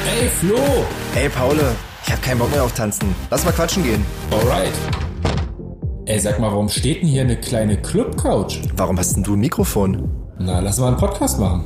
Ey, Flo! Ey, Paule, ich hab keinen Bock mehr auf Tanzen. Lass mal quatschen gehen. Alright. Ey, sag mal, warum steht denn hier eine kleine Club-Couch? Warum hast denn du ein Mikrofon? Na, lass mal einen Podcast machen.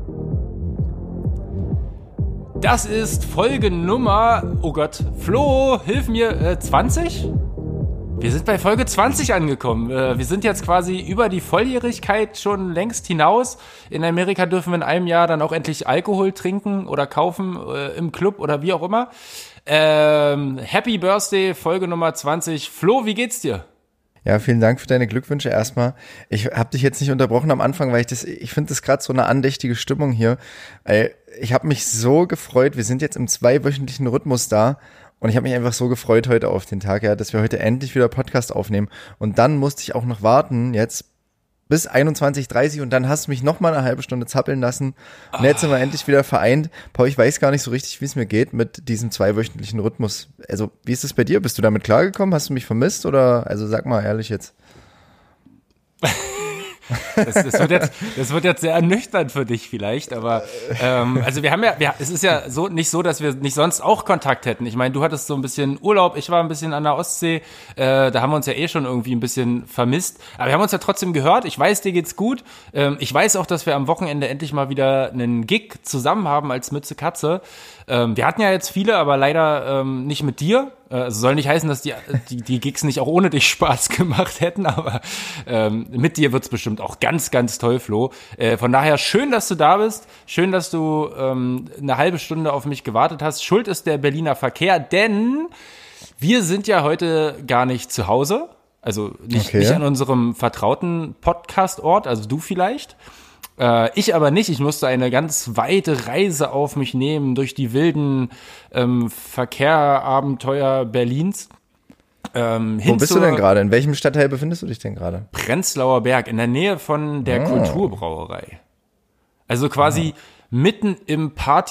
Das ist Folge Nummer, oh Gott, Flo, hilf mir, 20? Wir sind bei Folge 20 angekommen. Wir sind jetzt quasi über die Volljährigkeit schon längst hinaus. In Amerika dürfen wir in einem Jahr dann auch endlich Alkohol trinken oder kaufen im Club oder wie auch immer. Happy Birthday, Folge Nummer 20. Flo, wie geht's dir? Ja, vielen Dank für deine Glückwünsche erstmal. Ich habe dich jetzt nicht unterbrochen am Anfang, weil ich finde das gerade so eine andächtige Stimmung hier. Ich habe mich so gefreut, wir sind jetzt im 2-wöchentlichen Rhythmus da und ich habe mich einfach so gefreut heute auf den Tag, ja, dass wir heute endlich wieder Podcast aufnehmen. Und dann musste ich auch noch warten jetzt bis 21:30 und dann hast du mich noch mal eine halbe Stunde zappeln lassen und jetzt sind wir endlich wieder vereint. Paul, ich weiß gar nicht so richtig, wie es mir geht mit diesem 2-wöchentlichen Rhythmus. Also, wie ist es bei dir? Bist du damit klargekommen? Hast du mich vermisst oder, also sag mal ehrlich jetzt. Das wird jetzt sehr ernüchternd für dich vielleicht, aber also es ist ja so nicht so, dass wir nicht sonst auch Kontakt hätten. Ich meine, du hattest so ein bisschen Urlaub, ich war ein bisschen an der Ostsee, da haben wir uns ja eh schon irgendwie ein bisschen vermisst, aber wir haben uns ja trotzdem gehört. Ich weiß, dir geht's gut. Ich weiß auch, dass wir am Wochenende endlich mal wieder einen Gig zusammen haben als Mütze Katze. Wir hatten ja jetzt viele, aber leider nicht mit dir. Also soll nicht heißen, dass die Gigs nicht auch ohne dich Spaß gemacht hätten, aber mit dir wird's bestimmt auch ganz, ganz toll, Flo. Von daher schön, dass du da bist. Schön, dass du eine halbe Stunde auf mich gewartet hast. Schuld ist der Berliner Verkehr, denn wir sind ja heute gar nicht zu Hause. Also nicht an unserem vertrauten Podcast-Ort, also du vielleicht. Ich aber nicht. Ich musste eine ganz weite Reise auf mich nehmen durch die wilden Verkehrabenteuer Berlins. Wo bist du denn gerade? In welchem Stadtteil befindest du dich denn gerade? Prenzlauer Berg, in der Nähe von der Kulturbrauerei. Also quasi mitten im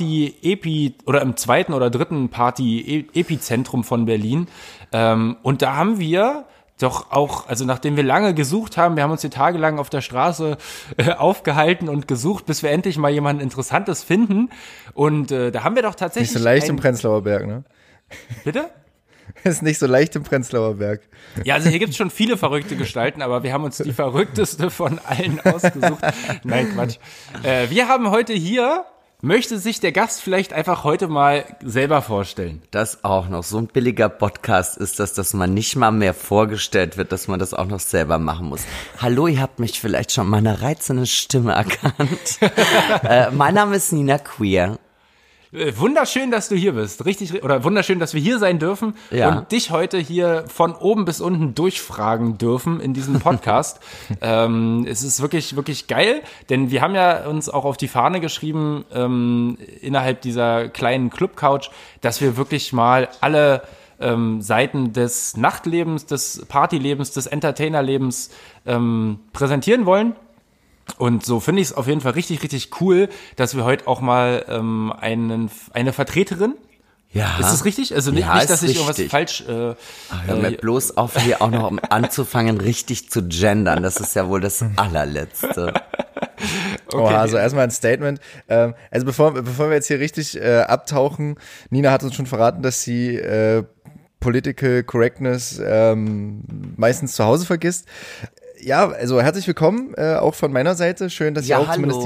oder im zweiten oder dritten Party-Epizentrum von Berlin. Und da haben wir doch auch, also nachdem wir lange gesucht haben, wir haben uns hier tagelang auf der Straße aufgehalten und gesucht, bis wir endlich mal jemanden Interessantes finden. Und da haben wir doch tatsächlich... Nicht so leicht im Prenzlauer Berg, ne? Bitte? Ist nicht so leicht im Prenzlauer Berg. Ja, also hier gibt's schon viele verrückte Gestalten, aber wir haben uns die verrückteste von allen ausgesucht. Nein, Quatsch. Wir haben heute hier... Möchte sich der Gast vielleicht einfach heute mal selber vorstellen? Das auch noch. So ein billiger Podcast ist das, dass man nicht mal mehr vorgestellt wird, dass man das auch noch selber machen muss. Hallo, ihr habt mich vielleicht schon meiner reizenden Stimme erkannt. Mein Name ist Nina Queer. Wunderschön, dass du hier bist. Wunderschön, dass wir hier sein dürfen und dich heute hier von oben bis unten durchfragen dürfen in diesem Podcast. Es ist wirklich, wirklich geil, denn wir haben ja uns auch auf die Fahne geschrieben, innerhalb dieser kleinen Club-Couch, dass wir wirklich mal alle Seiten des Nachtlebens, des Partylebens, des Entertainerlebens präsentieren wollen. Und so finde ich es auf jeden Fall richtig, richtig cool, dass wir heute auch mal eine Vertreterin. Ja. Ist das richtig? Also nicht, dass ich irgendwas falsch... Hör mir bloß auf, hier auch noch anzufangen, richtig zu gendern. Das ist ja wohl das Allerletzte. Okay. Oh, also erstmal ein Statement. Also bevor wir jetzt hier richtig abtauchen, Nina hat uns schon verraten, dass sie Political Correctness meistens zu Hause vergisst. Ja, also herzlich willkommen, auch von meiner Seite. Schön, dass ich auch zumindest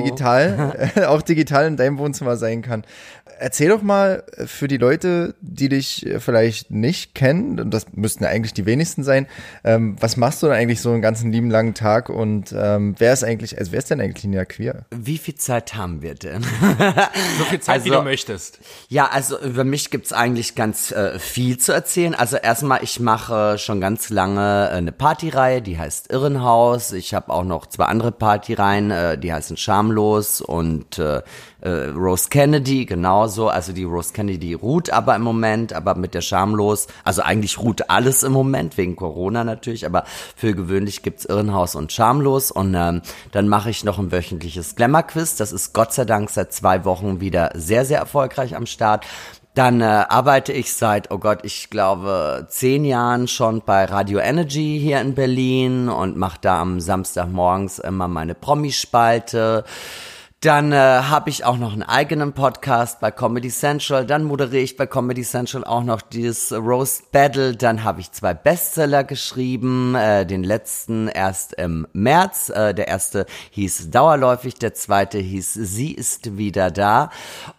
digital in deinem Wohnzimmer sein kann. Erzähl doch mal für die Leute, die dich vielleicht nicht kennen, und das müssten ja eigentlich die wenigsten sein, was machst du denn eigentlich so einen ganzen lieben langen Tag und wer ist denn eigentlich Nina Queer? Wie viel Zeit haben wir denn? So viel Zeit, wie du möchtest. Ja, also über mich gibt's eigentlich ganz viel zu erzählen. Also erstmal, ich mache schon ganz lange eine Partyreihe, die heißt Irrenhaus. Ich habe auch noch 2 andere Partyreihen, die heißen Schamlos und Rose Kennedy, genauso. Also die Rose Kennedy ruht aber im Moment, aber mit der Schamlos, also eigentlich ruht alles im Moment, wegen Corona natürlich, aber für gewöhnlich gibt's Irrenhaus und Schamlos und dann mache ich noch ein wöchentliches Glamour-Quiz. Das ist Gott sei Dank seit 2 Wochen wieder sehr, sehr erfolgreich am Start. Dann arbeite ich seit, ich glaube 10 Jahren schon bei Radio Energy hier in Berlin und mache da am Samstagmorgens immer meine Promispalte. Dann habe ich auch noch einen eigenen Podcast bei Comedy Central. Dann moderiere ich bei Comedy Central auch noch dieses Roast Battle. Dann habe ich 2 Bestseller geschrieben. Den letzten erst im März. Der erste hieß Dauerläufig, der zweite hieß Sie ist wieder da.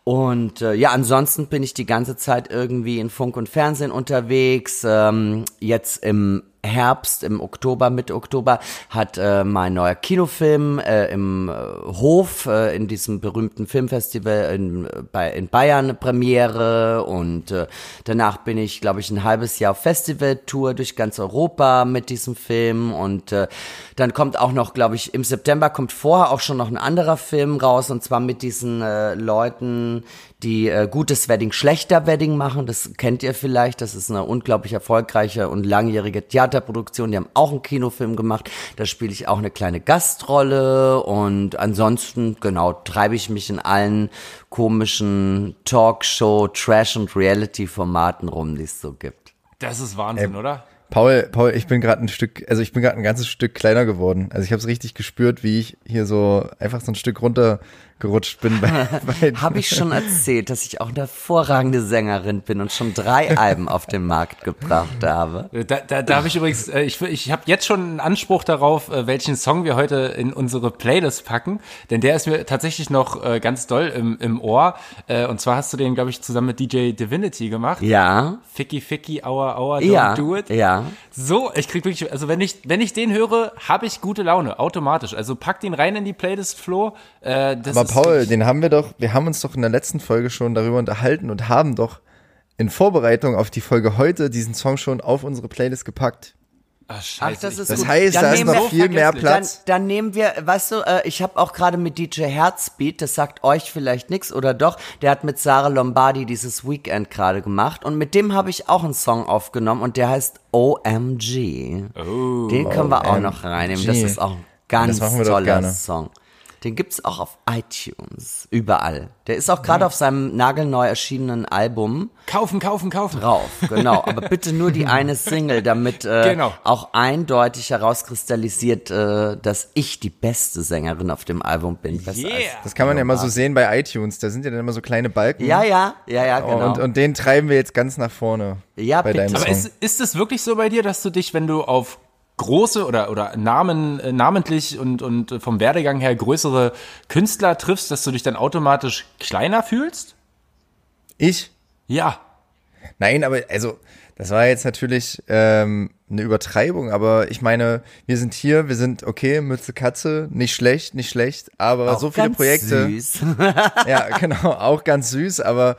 Und ansonsten bin ich die ganze Zeit irgendwie in Funk und Fernsehen unterwegs. Jetzt im Herbst, im Oktober, Mitte Oktober hat mein neuer Kinofilm im Hof, in diesem berühmten Filmfestival in Bayern Premiere und danach bin ich, glaube ich, ein halbes Jahr auf Festivaltour durch ganz Europa mit diesem Film und dann kommt auch noch, glaube ich, im September kommt vorher auch schon noch ein anderer Film raus und zwar mit diesen Leuten, die gutes Wedding, schlechter Wedding machen. Das kennt ihr vielleicht. Das ist eine unglaublich erfolgreiche und langjährige Theaterproduktion. Die haben auch einen Kinofilm gemacht. Da spiele ich auch eine kleine Gastrolle. Und ansonsten, genau, treibe ich mich in allen komischen Talkshow, Trash- und Reality-Formaten rum, die es so gibt. Das ist Wahnsinn, oder? Paul, ich bin gerade ein ganzes Stück kleiner geworden. Also ich habe es richtig gespürt, wie ich hier so einfach so ein Stück runtergerutscht bin. Habe ich schon erzählt, dass ich auch eine hervorragende Sängerin bin und schon 3 Alben auf den Markt gebracht habe? Da habe ich übrigens, ich habe jetzt schon einen Anspruch darauf, welchen Song wir heute in unsere Playlist packen, denn der ist mir tatsächlich noch ganz doll im Ohr. Und zwar hast du den, glaube ich, zusammen mit DJ Divinity gemacht. Ja. Ficky, Aua, don't do it. Ja. So, ich krieg wirklich, also wenn ich den höre, habe ich gute Laune, automatisch. Also pack den rein in die Playlist, Flo. Aber Paul, den haben wir haben uns doch in der letzten Folge schon darüber unterhalten und haben doch in Vorbereitung auf die Folge heute diesen Song schon auf unsere Playlist gepackt. Ach, scheiße. Ach, das ist das gut. heißt, Dann da ist nehmen noch wir- viel mehr Platz. Dann nehmen wir, weißt du, ich habe auch gerade mit DJ Herzbeat, das sagt euch vielleicht nix oder doch, der hat mit Sarah Lombardi dieses Weekend gerade gemacht und mit dem habe ich auch einen Song aufgenommen und der heißt OMG. Oh. Den können wir auch noch reinnehmen, das ist auch ein ganz Das machen wir doch toller gerne. Song. Den gibt's auch auf iTunes, überall. Der ist auch gerade auf seinem nagelneu erschienenen Album Kaufen. drauf, genau. Aber bitte nur die eine Single, damit Genau. auch eindeutig herauskristallisiert, dass ich die beste Sängerin auf dem Album bin. Besser Yeah. Das kann man ja immer so sehen bei iTunes. Da sind ja dann immer so kleine Balken. Ja, genau. Und den treiben wir jetzt ganz nach vorne. Ja, bei bitte. deinem Aber Song. ist es wirklich so bei dir, dass du dich, wenn du auf große oder namentlich und vom Werdegang her größere Künstler triffst, dass du dich dann automatisch kleiner fühlst? Ich? Ja. Nein, aber also das war jetzt natürlich eine Übertreibung, aber ich meine, wir sind okay, Mütze Katze, nicht schlecht, aber Auch so viele ganz Projekte. Süß. Ja, genau, auch ganz süß, aber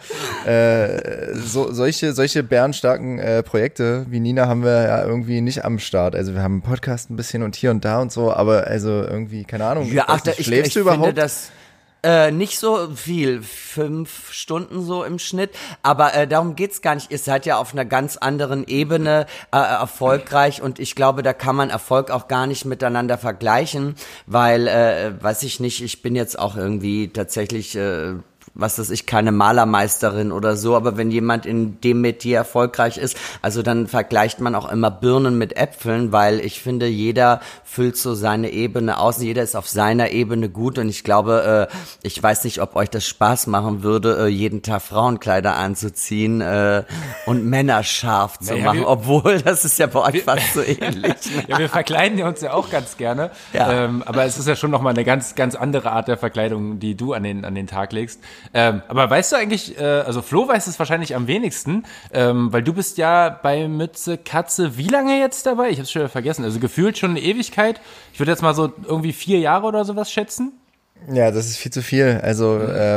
solche bärenstarken Projekte wie Nina haben wir ja irgendwie nicht am Start. Also wir haben einen Podcast ein bisschen und hier und da und so, aber also irgendwie, keine Ahnung. Ja, ach, ich schläfst du finde überhaupt? das nicht so viel, 5 Stunden so im Schnitt, aber darum geht's gar nicht. Ihr seid ja auf einer ganz anderen Ebene erfolgreich und ich glaube, da kann man Erfolg auch gar nicht miteinander vergleichen, weil, weiß ich nicht, ich bin jetzt auch irgendwie tatsächlich was weiß ich, keine Malermeisterin oder so, aber wenn jemand in dem Metier erfolgreich ist, also dann vergleicht man auch immer Birnen mit Äpfeln, weil ich finde, jeder füllt so seine Ebene aus und jeder ist auf seiner Ebene gut und ich glaube, ich weiß nicht, ob euch das Spaß machen würde, jeden Tag Frauenkleider anzuziehen und Männer scharf zu machen, obwohl das ist ja bei euch fast so ähnlich. Ja, wir verkleiden uns ja auch ganz gerne, Ja. aber es ist ja schon nochmal eine ganz andere Art der Verkleidung, die du an den Tag legst. Aber weißt du eigentlich, also Flo weiß es wahrscheinlich am wenigsten, weil du bist ja bei Mütze Katze wie lange jetzt dabei? Ich hab's schon wieder vergessen, also gefühlt schon eine Ewigkeit. Ich würde jetzt mal so irgendwie 4 Jahre oder sowas schätzen. Ja, das ist viel zu viel. Also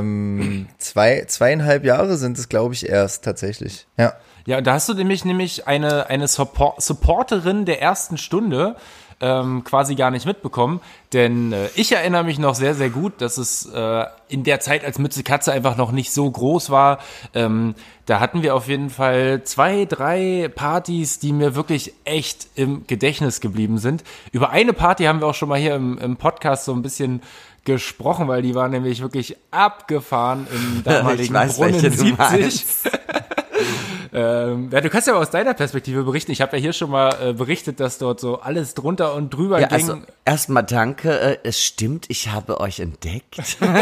2,5 Jahre sind es, glaube ich, erst tatsächlich. Ja. Ja, und da hast du nämlich eine Supporterin der ersten Stunde quasi gar nicht mitbekommen, denn ich erinnere mich noch sehr, sehr gut, dass es in der Zeit, als Mütze Katze einfach noch nicht so groß war, da hatten wir auf jeden Fall 2, 3 Partys, die mir wirklich echt im Gedächtnis geblieben sind. Über eine Party haben wir auch schon mal hier im Podcast so ein bisschen gesprochen, weil die war nämlich wirklich abgefahren im damaligen Ich weiß, Brunnen welche du 70. meinst. Du kannst ja mal aus deiner Perspektive berichten. Ich habe ja hier schon mal berichtet, dass dort so alles drunter und drüber ging. Also erstmal danke. Es stimmt, ich habe euch entdeckt.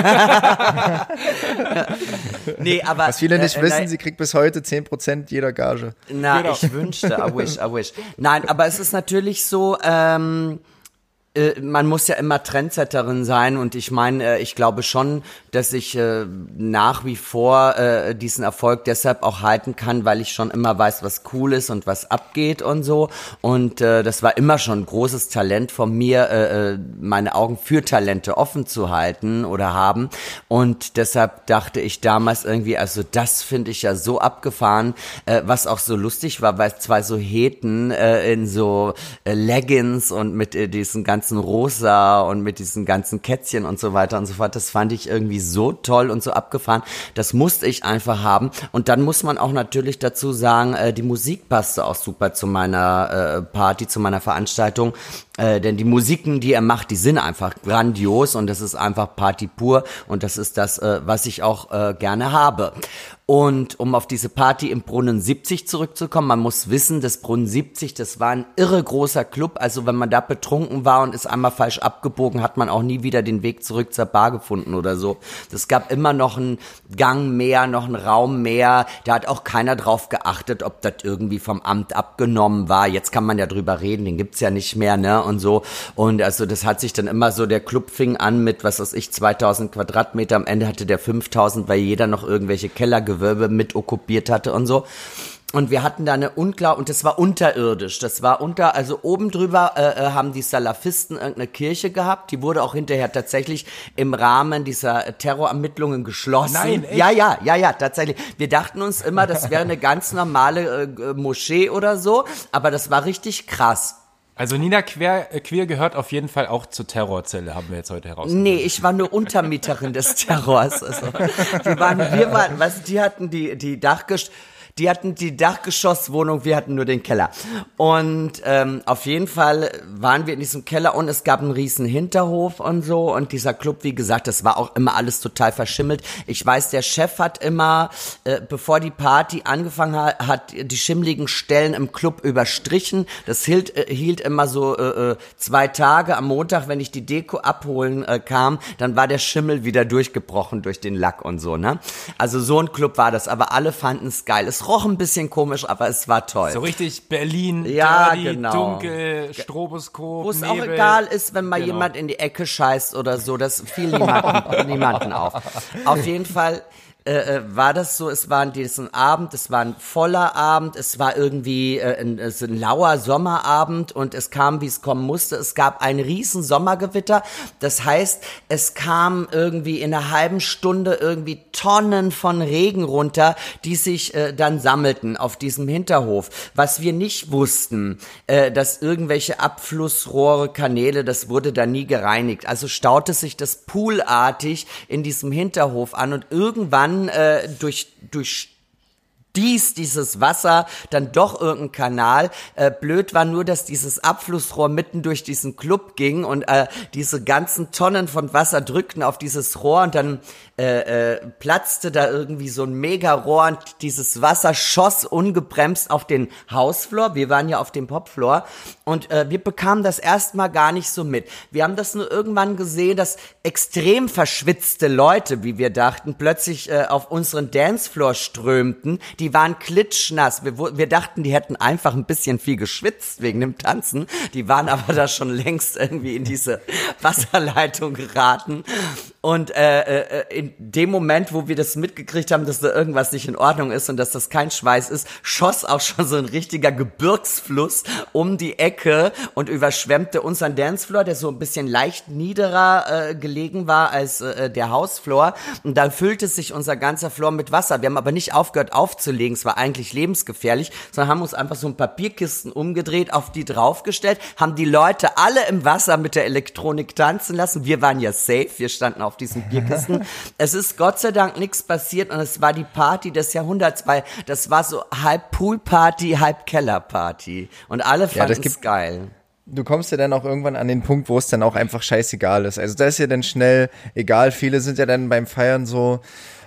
Nee, aber was viele nicht wissen, sie kriegt bis heute 10% jeder Gage. Na, genau. Ich wünschte, I wish. Nein, aber es ist natürlich so, man muss ja immer Trendsetterin sein und ich meine, ich glaube schon, dass ich nach wie vor diesen Erfolg deshalb auch halten kann, weil ich schon immer weiß, was cool ist und was abgeht und so und das war immer schon ein großes Talent von mir, meine Augen für Talente offen zu halten oder haben und deshalb dachte ich damals irgendwie, also das finde ich ja so abgefahren, was auch so lustig war, weil zwei so Heten in so Leggings und mit diesen ganzen Rosa und mit diesen ganzen Kätzchen und so weiter und so fort, das fand ich irgendwie so toll und so abgefahren, das musste ich einfach haben und dann muss man auch natürlich dazu sagen, die Musik passte auch super zu meiner Party, zu meiner Veranstaltung, denn die Musiken, die er macht, die sind einfach grandios und das ist einfach Party pur und das ist das, was ich auch gerne habe. Und um auf diese Party im Brunnen 70 zurückzukommen, man muss wissen, das Brunnen 70, das war ein irre großer Club, also wenn man da betrunken war und ist einmal falsch abgebogen, hat man auch nie wieder den Weg zurück zur Bar gefunden oder so. Es gab immer noch einen Gang mehr, noch einen Raum mehr, da hat auch keiner drauf geachtet, ob das irgendwie vom Amt abgenommen war. Jetzt kann man ja drüber reden, den gibt's ja nicht mehr, ne, und so. Und also das hat sich dann immer so, der Club fing an mit, was weiß ich, 2000 Quadratmeter, am Ende hatte der 5000, weil jeder noch irgendwelche Kellergewölbe mit okkupiert hatte und so. Und wir hatten da und das war unterirdisch, also oben drüber haben die Salafisten irgendeine Kirche gehabt, die wurde auch hinterher tatsächlich im Rahmen dieser Terrorermittlungen geschlossen. Nein, echt? Ja, tatsächlich. Wir dachten uns immer, das wäre eine ganz normale Moschee oder so, aber das war richtig krass. Also Nina Queer gehört auf jeden Fall auch zur Terrorzelle, haben wir jetzt heute herausgefunden. Nee, ich war nur Untermieterin des Terrors. Also, die hatten die hatten die Dachgeschosswohnung, wir hatten nur den Keller. Und auf jeden Fall waren wir in diesem Keller und es gab einen riesen Hinterhof und so. Und dieser Club, wie gesagt, das war auch immer alles total verschimmelt. Ich weiß, der Chef hat immer, bevor die Party angefangen hat die schimmligen Stellen im Club überstrichen. Das hielt immer so 2 Tage. Am Montag, wenn ich die Deko abholen kam, dann war der Schimmel wieder durchgebrochen durch den Lack und so, ne? Also so ein Club war das, aber alle fanden es geil. Es roch ein bisschen komisch, aber es war toll. So richtig Berlin, ja, dirty, genau. Dunkel, Stroboskop, wo es Nebel. auch egal ist, wenn mal jemand in die Ecke scheißt oder so, das fiel niemanden auf. Auf jeden Fall war das so, es war diesen Abend, es war ein voller Abend, es war irgendwie ein lauer Sommerabend und es kam, wie es kommen musste. Es gab ein riesen Sommergewitter, das heißt, es kam irgendwie in einer halben Stunde irgendwie Tonnen von Regen runter, die sich dann sammelten auf diesem Hinterhof. Was wir nicht wussten, dass irgendwelche Abflussrohre, Kanäle, das wurde da nie gereinigt. Also staute sich das poolartig in diesem Hinterhof an und irgendwann durch dieses Wasser, dann doch irgendein Kanal. Blöd war nur, dass dieses Abflussrohr mitten durch diesen Club ging und diese ganzen Tonnen von Wasser drückten auf dieses Rohr und dann platzte da irgendwie so ein Megarohr und dieses Wasser schoss ungebremst auf den Hausflur. Wir waren ja auf dem Popfloor und wir bekamen das erstmal gar nicht so mit. Wir haben das nur irgendwann gesehen, dass extrem verschwitzte Leute, wie wir dachten, plötzlich auf unseren Dancefloor strömten. Die waren klitschnass. Wir dachten, die hätten einfach ein bisschen viel geschwitzt wegen dem Tanzen. Die waren aber da schon längst irgendwie in diese Wasserleitung geraten. Und in dem Moment, wo wir das mitgekriegt haben, dass da irgendwas nicht in Ordnung ist und dass das kein Schweiß ist, schoss auch schon so ein richtiger Gebirgsfluss um die Ecke und überschwemmte unseren Dancefloor, der so ein bisschen leicht niederer gelegen war als der Hausfloor. Und dann füllte sich unser ganzer Floor mit Wasser. Wir haben aber nicht aufgehört aufzulegen, es war eigentlich lebensgefährlich, sondern haben uns einfach so ein Papierkisten umgedreht, auf die draufgestellt, haben die Leute alle im Wasser mit der Elektronik tanzen lassen. Wir waren ja safe, wir standen auf diesen Bierkisten. Es ist Gott sei Dank nichts passiert und es war die Party des Jahrhunderts, weil das war so halb Poolparty, halb Kellerparty und alle fanden es geil. Du kommst ja dann auch irgendwann an den Punkt, wo es dann auch einfach scheißegal ist. Also da ist ja dann schnell egal. Viele sind ja dann beim Feiern so,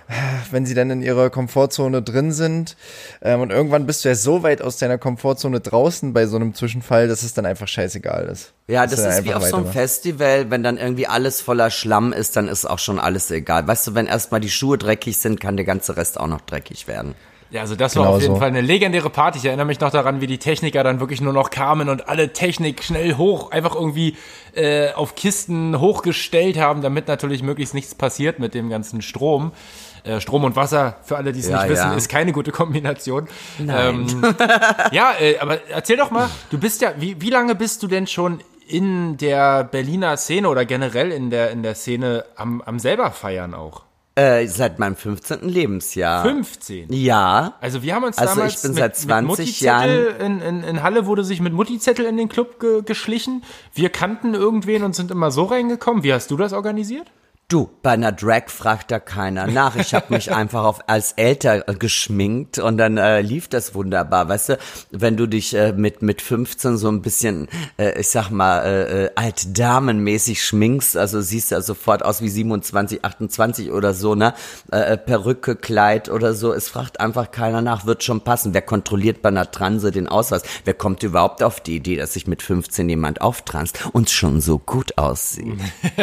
wenn sie dann in ihrer Komfortzone drin sind und irgendwann bist du ja so weit aus deiner Komfortzone draußen bei so einem Zwischenfall, dass es dann einfach scheißegal ist. Ja, das ist wie auf so einem Festival, wenn dann irgendwie alles voller Schlamm ist, dann ist auch schon alles egal. Weißt du, wenn erstmal die Schuhe dreckig sind, kann der ganze Rest auch noch dreckig werden. Ja, also das war auf jeden Fall eine legendäre Party. Ich erinnere mich noch daran, wie die Techniker dann wirklich nur noch kamen und alle Technik schnell hoch, einfach irgendwie auf Kisten hochgestellt haben, damit natürlich möglichst nichts passiert mit dem ganzen Strom. Strom und Wasser, für alle, die es nicht wissen, ist keine gute Kombination. Nein. Aber erzähl doch mal, du bist ja, wie lange bist du denn schon in der Berliner Szene oder generell in der Szene am selber feiern auch? Seit meinem 15. Lebensjahr. 15? Ja. Also wir haben uns damals damals ich bin seit 20 Jahren in Halle wurde sich mit Mutti-Zettel in den Club geschlichen. Wir kannten irgendwen und sind immer so reingekommen. Wie hast du das organisiert? Du, bei einer Drag fragt da keiner nach. Ich habe mich einfach als älter geschminkt und dann lief das wunderbar. Weißt du, wenn du dich mit 15 so ein bisschen, ich sag mal, altdamenmäßig schminkst, also siehst du ja sofort aus wie 27, 28 oder so, ne? Perücke, Kleid oder so, es fragt einfach keiner nach, wird schon passen. Wer kontrolliert bei einer Transe den Ausweis? Wer kommt überhaupt auf die Idee, dass sich mit 15 jemand auftranst und schon so gut aussieht?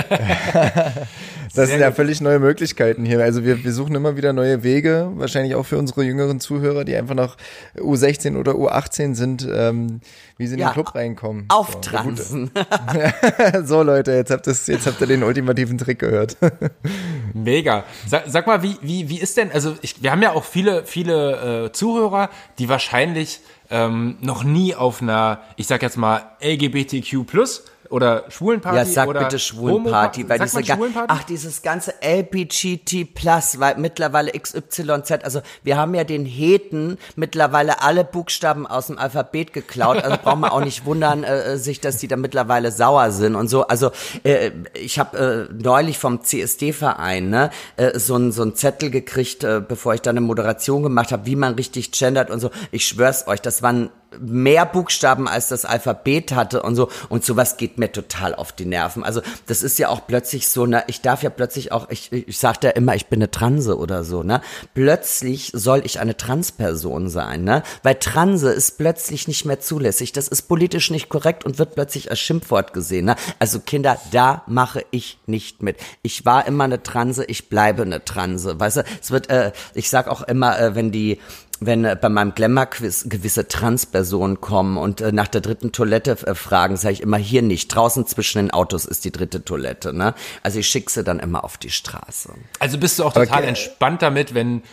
Das sind ja völlig neue Möglichkeiten hier. Also wir suchen immer wieder neue Wege, wahrscheinlich auch für unsere jüngeren Zuhörer, die einfach nach U16 oder U18 sind, wie sie in den Club reinkommen. Auftransen. So Leute, jetzt habt ihr den ultimativen Trick gehört. Mega. Sag mal, wie ist denn, also wir haben ja auch viele Zuhörer, die wahrscheinlich noch nie auf einer, ich sag jetzt mal, LGBTQ+ oder Schwulenparty ja, sag oder bitte Schwulenparty, weil Schwulenparty? dieses ganze LPGT+, weil mittlerweile XYZ, also wir haben ja den Heten mittlerweile alle Buchstaben aus dem Alphabet geklaut, also braucht man auch nicht wundern, dass die da mittlerweile sauer sind und so. Also ich habe neulich vom CSD-Verein so einen Zettel gekriegt, bevor ich da eine Moderation gemacht habe, wie man richtig gendert und so. Ich schwör's euch, das waren mehr Buchstaben als das Alphabet hatte und so, und sowas geht mir total auf die Nerven. Also das ist ja auch plötzlich so, ich darf ja plötzlich auch, ich sag ja immer, ich bin eine Transe oder so, plötzlich soll ich eine Transperson sein, weil Transe ist plötzlich nicht mehr zulässig, das ist politisch nicht korrekt und wird plötzlich als Schimpfwort gesehen, Also Kinder, da mache ich nicht mit. Ich war immer eine Transe, ich bleibe eine Transe, weißt du, es wird, ich sag auch immer, wenn bei meinem Glamour-Quiz gewisse Transpersonen kommen und nach der dritten Toilette fragen, sage ich immer, hier nicht. Draußen zwischen den Autos ist die dritte Toilette, Also ich schicke sie dann immer auf die Straße. Also bist du auch total entspannt damit, wenn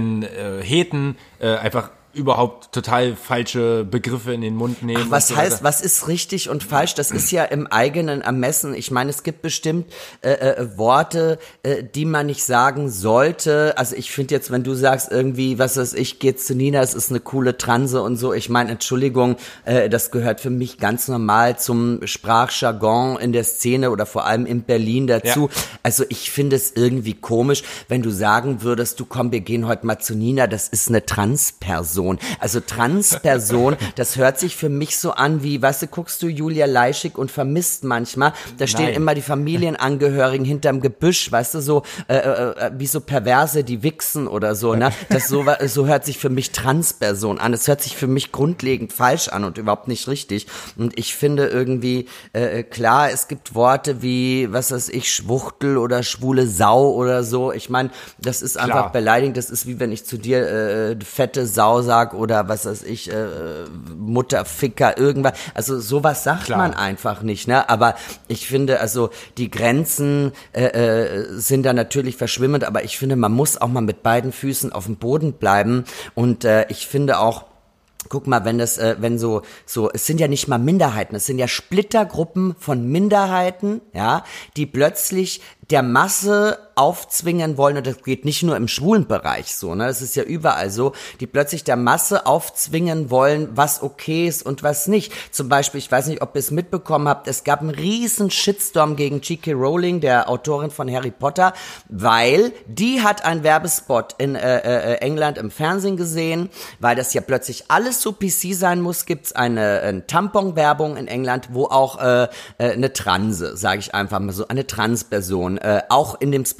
Heten einfach überhaupt total falsche Begriffe in den Mund nehmen. Ach, was heißt, was ist richtig und falsch? Das ist ja im eigenen Ermessen. Ich meine, es gibt bestimmt Worte, die man nicht sagen sollte. Also ich finde jetzt, wenn du sagst irgendwie, was weiß ich, geht's zu Nina, es ist eine coole Transe und so. Ich meine, Entschuldigung, das gehört für mich ganz normal zum Sprachjargon in der Szene oder vor allem in Berlin dazu. Ja. Also ich finde es irgendwie komisch, wenn du sagen würdest, du komm, wir gehen heute mal zu Nina, das ist eine Transperson. Also Transperson, das hört sich für mich so an wie, weißt du, guckst du Julia Leischig und vermisst manchmal, da stehen immer die Familienangehörigen hinterm Gebüsch, weißt du, so wie so Perverse, die wichsen oder so, Das so hört sich für mich Transperson an. Das hört sich für mich grundlegend falsch an und überhaupt nicht richtig. Und ich finde irgendwie, klar, es gibt Worte wie, was weiß ich, Schwuchtel oder schwule Sau oder so. Ich meine, das ist einfach beleidigend. Das ist wie wenn ich zu dir fette Sau sage oder was weiß ich, Mutterficker, irgendwas. Also sowas sagt man einfach nicht, Aber ich finde, also die Grenzen sind da natürlich verschwimmend, aber ich finde, man muss auch mal mit beiden Füßen auf dem Boden bleiben und ich finde auch, guck mal, wenn es sind ja nicht mal Minderheiten, es sind ja Splittergruppen von Minderheiten, die plötzlich der Masse aufzwingen wollen, und das geht nicht nur im schwulen Bereich so, das ist ja überall so, die plötzlich der Masse aufzwingen wollen, was okay ist und was nicht. Zum Beispiel, ich weiß nicht, ob ihr es mitbekommen habt, es gab einen riesen Shitstorm gegen J.K. Rowling, der Autorin von Harry Potter, weil die hat einen Werbespot in England im Fernsehen gesehen, weil das ja plötzlich alles so PC sein muss, gibt's eine Tampon-Werbung in England, wo auch eine Transe, sage ich einfach mal so, eine Transperson auch in dem Spot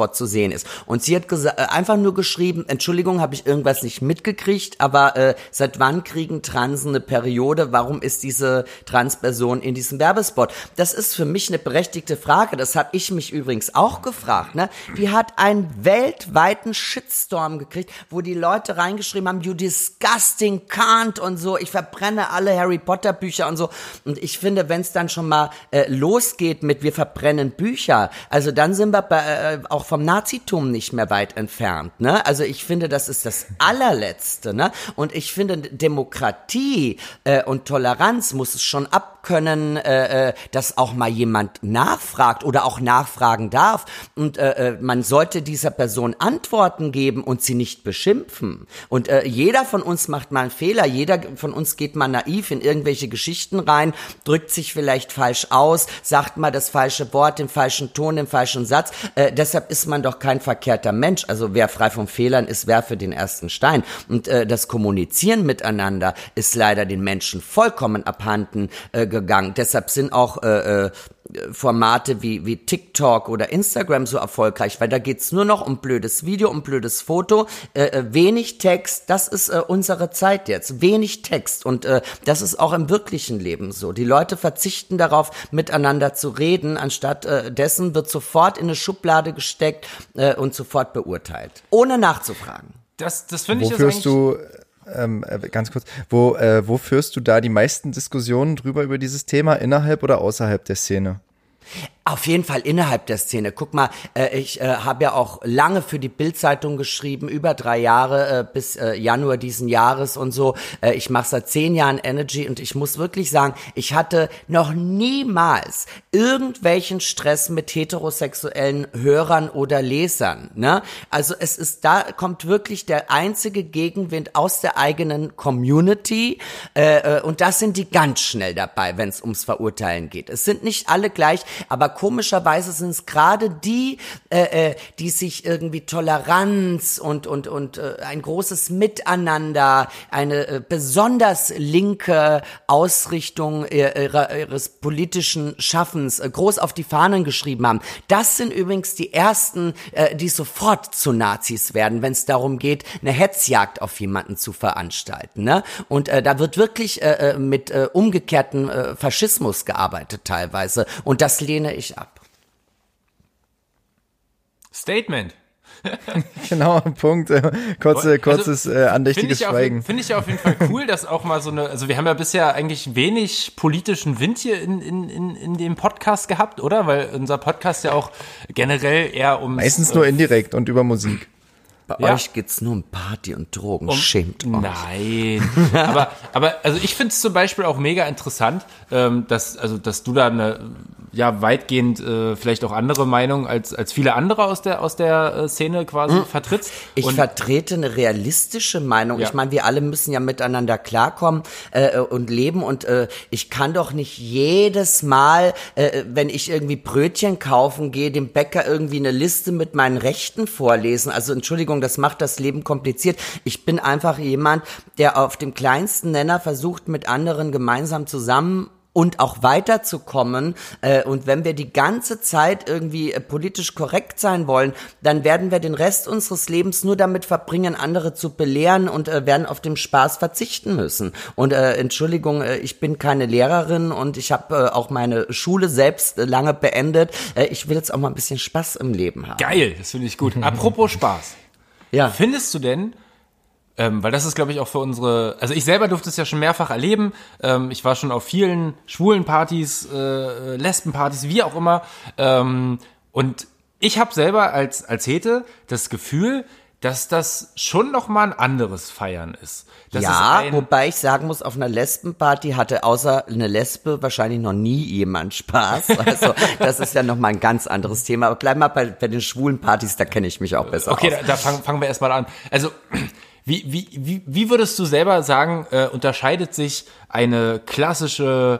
Werbespot zu sehen ist. Und sie hat einfach nur geschrieben, Entschuldigung, habe ich irgendwas nicht mitgekriegt, aber seit wann kriegen Transen eine Periode? Warum ist diese Transperson in diesem Werbespot? Das ist für mich eine berechtigte Frage. Das habe ich mich übrigens auch gefragt. Ne? Die hat einen weltweiten Shitstorm gekriegt, wo die Leute reingeschrieben haben, you disgusting cunt und so, ich verbrenne alle Harry Potter Bücher und so. Und ich finde, wenn es dann schon mal losgeht mit wir verbrennen Bücher, also dann sind wir auch vom Nazitum nicht mehr weit entfernt. Ne? Also ich finde, das ist das allerletzte. Ne? Und ich finde, Demokratie und Toleranz muss es schon abkönnen, dass auch mal jemand nachfragt oder auch nachfragen darf. Und man sollte dieser Person Antworten geben und sie nicht beschimpfen. Und jeder von uns macht mal einen Fehler, jeder von uns geht mal naiv in irgendwelche Geschichten rein, drückt sich vielleicht falsch aus, sagt mal das falsche Wort, den falschen Ton, den falschen Satz. Deshalb ist man doch kein verkehrter Mensch. Also wer frei von Fehlern ist, werfe den ersten Stein. Und das Kommunizieren miteinander ist leider den Menschen vollkommen abhanden gegangen. Deshalb sind auch Formate wie TikTok oder Instagram so erfolgreich, weil da geht's nur noch um blödes Video, um blödes Foto, wenig Text, das ist unsere Zeit jetzt, wenig Text und das ist auch im wirklichen Leben so. Die Leute verzichten darauf, miteinander zu reden, anstatt dessen wird sofort in eine Schublade gesteckt und sofort beurteilt, ohne nachzufragen. Das finde ich jetzt eigentlich... ganz kurz, wo führst du da die meisten Diskussionen drüber über dieses Thema, innerhalb oder außerhalb der Szene? Auf jeden Fall innerhalb der Szene. Guck mal, ich habe ja auch lange für die Bild-Zeitung geschrieben, über 3 Jahre bis Januar diesen Jahres und so. Ich mache seit 10 Jahren Energy und ich muss wirklich sagen, ich hatte noch niemals irgendwelchen Stress mit heterosexuellen Hörern oder Lesern. Ne? Also da kommt wirklich der einzige Gegenwind aus der eigenen Community und das sind die ganz schnell dabei, wenn es ums Verurteilen geht. Es sind nicht alle gleich, aber komischerweise sind es gerade die, die sich irgendwie Toleranz und ein großes Miteinander, eine besonders linke Ausrichtung ihres politischen Schaffens groß auf die Fahnen geschrieben haben. Das sind übrigens die ersten, die sofort zu Nazis werden, wenn es darum geht, eine Hetzjagd auf jemanden zu veranstalten. Ne? Und da wird wirklich mit umgekehrten Faschismus gearbeitet teilweise. Und das lehne ich ab. Statement. Genau, Punkt. Kurzes andächtiges Schweigen. Finde ich ja auf jeden Fall cool, dass auch mal so eine, also wir haben ja bisher eigentlich wenig politischen Wind hier in dem Podcast gehabt, oder? Weil unser Podcast ja auch generell eher meistens nur indirekt und über Musik. Bei euch geht's nur um Party und Drogen, schämt euch. Nein, aber also ich finde es zum Beispiel auch mega interessant, dass du da eine weitgehend vielleicht auch andere Meinung als viele andere aus der Szene quasi vertrittst. Ich vertrete eine realistische Meinung. Ja. Ich meine, wir alle müssen ja miteinander klarkommen und leben und ich kann doch nicht jedes Mal, wenn ich irgendwie Brötchen kaufen gehe, dem Bäcker irgendwie eine Liste mit meinen Rechten vorlesen. Also Entschuldigung, das macht das Leben kompliziert. Ich bin einfach jemand, der auf dem kleinsten Nenner versucht, mit anderen gemeinsam zusammen und auch weiterzukommen. Und wenn wir die ganze Zeit irgendwie politisch korrekt sein wollen, dann werden wir den Rest unseres Lebens nur damit verbringen, andere zu belehren und werden auf den Spaß verzichten müssen. Und Entschuldigung, ich bin keine Lehrerin und ich habe auch meine Schule selbst lange beendet. Ich will jetzt auch mal ein bisschen Spaß im Leben haben. Geil, das finde ich gut. Apropos Spaß. Ja. Findest du denn, weil das ist, glaube ich, auch für also ich selber durfte es ja schon mehrfach erleben, ich war schon auf vielen schwulen Partys, Lesbenpartys, wie auch immer, und ich habe selber als Hete das Gefühl, dass das schon noch mal ein anderes Feiern ist. Wobei ich sagen muss, auf einer Lesbenparty hatte außer eine Lesbe wahrscheinlich noch nie jemand Spaß. Also das ist ja noch mal ein ganz anderes Thema. Aber bleib mal bei den schwulen Partys, da kenne ich mich auch besser aus. Okay, da fangen wir erstmal an. Also wie würdest du selber sagen, unterscheidet sich eine klassische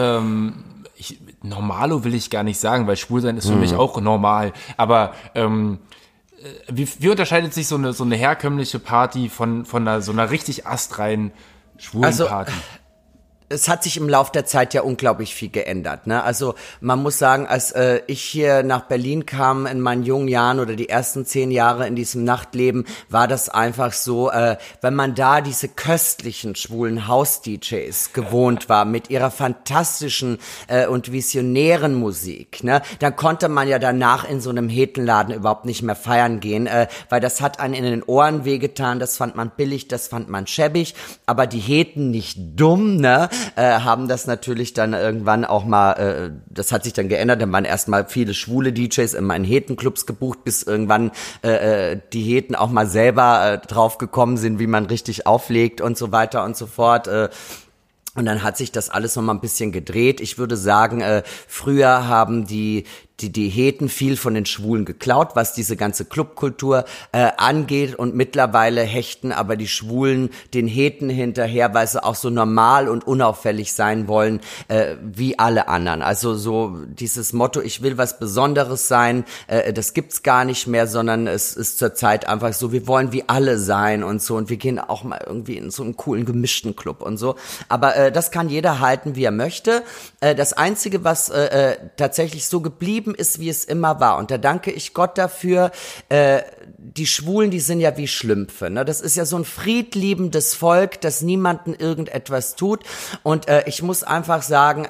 Normalo will ich gar nicht sagen, weil Schwulsein ist für mich auch normal, aber wie unterscheidet sich so eine herkömmliche Party von so einer richtig astreinen schwulen Party? es hat sich im Laufe der Zeit ja unglaublich viel geändert, ne? Also man muss sagen, als ich hier nach Berlin kam in meinen jungen Jahren oder die ersten 10 Jahre in diesem Nachtleben, war das einfach so, wenn man da diese köstlichen schwulen House-DJs gewohnt war mit ihrer fantastischen und visionären Musik, ne? Dann konnte man ja danach in so einem Hetenladen überhaupt nicht mehr feiern gehen, weil das hat einen in den Ohren wehgetan, das fand man billig, das fand man schäbig, aber die Heten nicht dumm, ne? Haben das natürlich dann irgendwann auch mal, das hat sich dann geändert, dann waren erstmal viele schwule DJs in meinen Hetenclubs gebucht, bis irgendwann die Heten auch mal selber drauf gekommen sind, wie man richtig auflegt und so weiter und so fort. Und dann hat sich das alles noch mal ein bisschen gedreht. Ich würde sagen, früher haben die Heten viel von den Schwulen geklaut, was diese ganze Clubkultur angeht, und mittlerweile hechten aber die Schwulen den Heten hinterher, weil sie auch so normal und unauffällig sein wollen wie alle anderen. Also so dieses Motto, ich will was Besonderes sein, das gibt's gar nicht mehr, sondern es ist zurzeit einfach so, wir wollen wie alle sein und so, und wir gehen auch mal irgendwie in so einen coolen gemischten Club und so. Aber das kann jeder halten, wie er möchte. Das Einzige, was tatsächlich so geblieben ist, wie es immer war. Und da danke ich Gott dafür. Die Schwulen, die sind ja wie Schlümpfe, ne? Das ist ja so ein friedliebendes Volk, das niemanden irgendetwas tut. Und ich muss einfach sagen,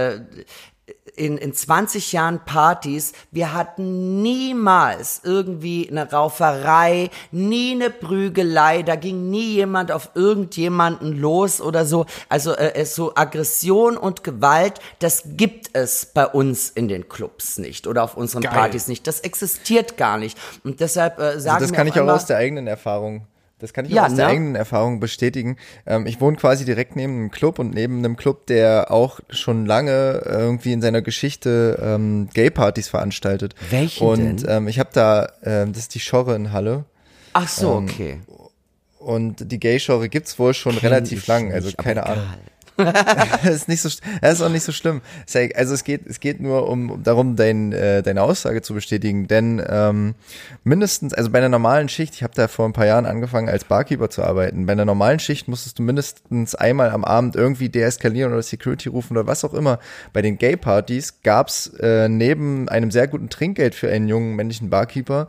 in 20 Jahren Partys, wir hatten niemals irgendwie eine Rauferei, nie eine Prügelei, da ging nie jemand auf irgendjemanden los oder so. Also so Aggression und Gewalt, das gibt es bei uns in den Clubs nicht oder auf unseren Partys nicht. Das existiert gar nicht. Und deshalb sagen wir das kann ich auch aus der eigenen Erfahrung. Das kann ich auch aus der eigenen Erfahrung bestätigen. Ich wohne quasi direkt neben einem Club und neben einem Club, der auch schon lange irgendwie in seiner Geschichte Gay-Partys veranstaltet. Welchen denn? Und ich habe da, das ist die Schorre in Halle. Ach so, okay. Und die Gay-Schorre gibt's wohl schon relativ lang, also keine Ahnung. Das ist nicht so, das ist auch nicht so schlimm. Also es geht nur darum, deine Aussage zu bestätigen, denn mindestens, also bei einer normalen Schicht, ich habe da vor ein paar Jahren angefangen als Barkeeper zu arbeiten, bei einer normalen Schicht musstest du mindestens einmal am Abend irgendwie deeskalieren oder Security rufen oder was auch immer. Bei den Gay-Partys gab's neben einem sehr guten Trinkgeld für einen jungen männlichen Barkeeper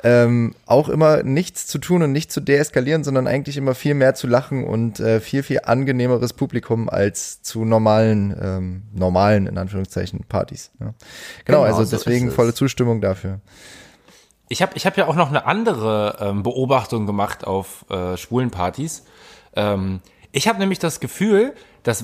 auch immer nichts zu tun und nicht zu deeskalieren, sondern eigentlich immer viel mehr zu lachen und viel, viel angenehmeres Publikum als zu normalen, in Anführungszeichen, Partys. Ja. Genau, also deswegen volle Zustimmung dafür. Ich hab ja auch noch eine andere Beobachtung gemacht auf schwulen Partys. Ich habe nämlich das Gefühl, dass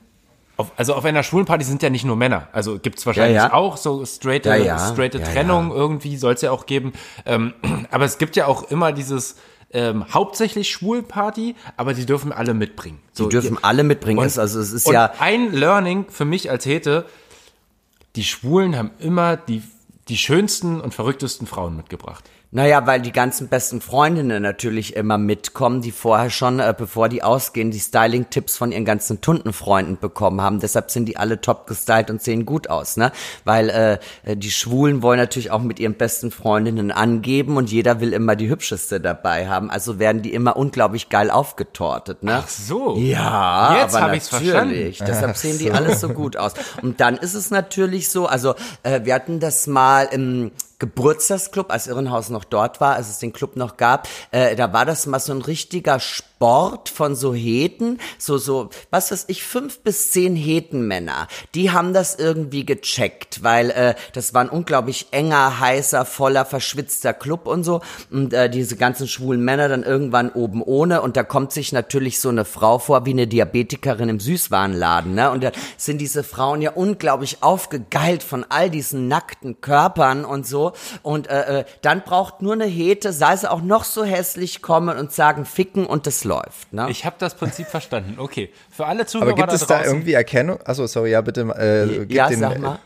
auf einer schwulen Party sind ja nicht nur Männer. Also gibt's wahrscheinlich auch so straighte Trennung irgendwie, soll's ja auch geben. Aber es gibt ja auch immer dieses hauptsächlich Schwulenparty, aber die dürfen alle mitbringen. So, die dürfen alle mitbringen. Es ist und ein Learning für mich als Hete, die Schwulen haben immer die schönsten und verrücktesten Frauen mitgebracht. Naja, weil die ganzen besten Freundinnen natürlich immer mitkommen, die vorher schon, bevor die ausgehen, die Styling-Tipps von ihren ganzen Tuntenfreunden bekommen haben. Deshalb sind die alle top gestylt und sehen gut aus, ne? Weil die Schwulen wollen natürlich auch mit ihren besten Freundinnen angeben und jeder will immer die hübscheste dabei haben. Also werden die immer unglaublich geil aufgetortet, ne? Ach so. Ja, jetzt habe ich's verstanden. Deshalb sehen die alles so gut aus. Und dann ist es natürlich so, also wir hatten das mal im Geburtstagsclub, als Irrenhaus noch dort war, als es den Club noch gab, da war das mal so ein richtiger Sport von so Heten, so, was weiß ich, 5 bis 10 Hetenmänner, die haben das irgendwie gecheckt, weil das war ein unglaublich enger, heißer, voller, verschwitzter Club und so, und diese ganzen schwulen Männer dann irgendwann oben ohne, und da kommt sich natürlich so eine Frau vor wie eine Diabetikerin im Süßwarenladen, ne, und da sind diese Frauen ja unglaublich aufgegeilt von all diesen nackten Körpern und so, und dann braucht nur eine Hete, sei sie auch noch so hässlich, kommen und sagen ficken und das läuft. Ne? Ich habe das Prinzip verstanden. Okay, für alle Zuhörer aber gibt es da irgendwie Erkennung? Achso, sorry, ja bitte. Sag mal.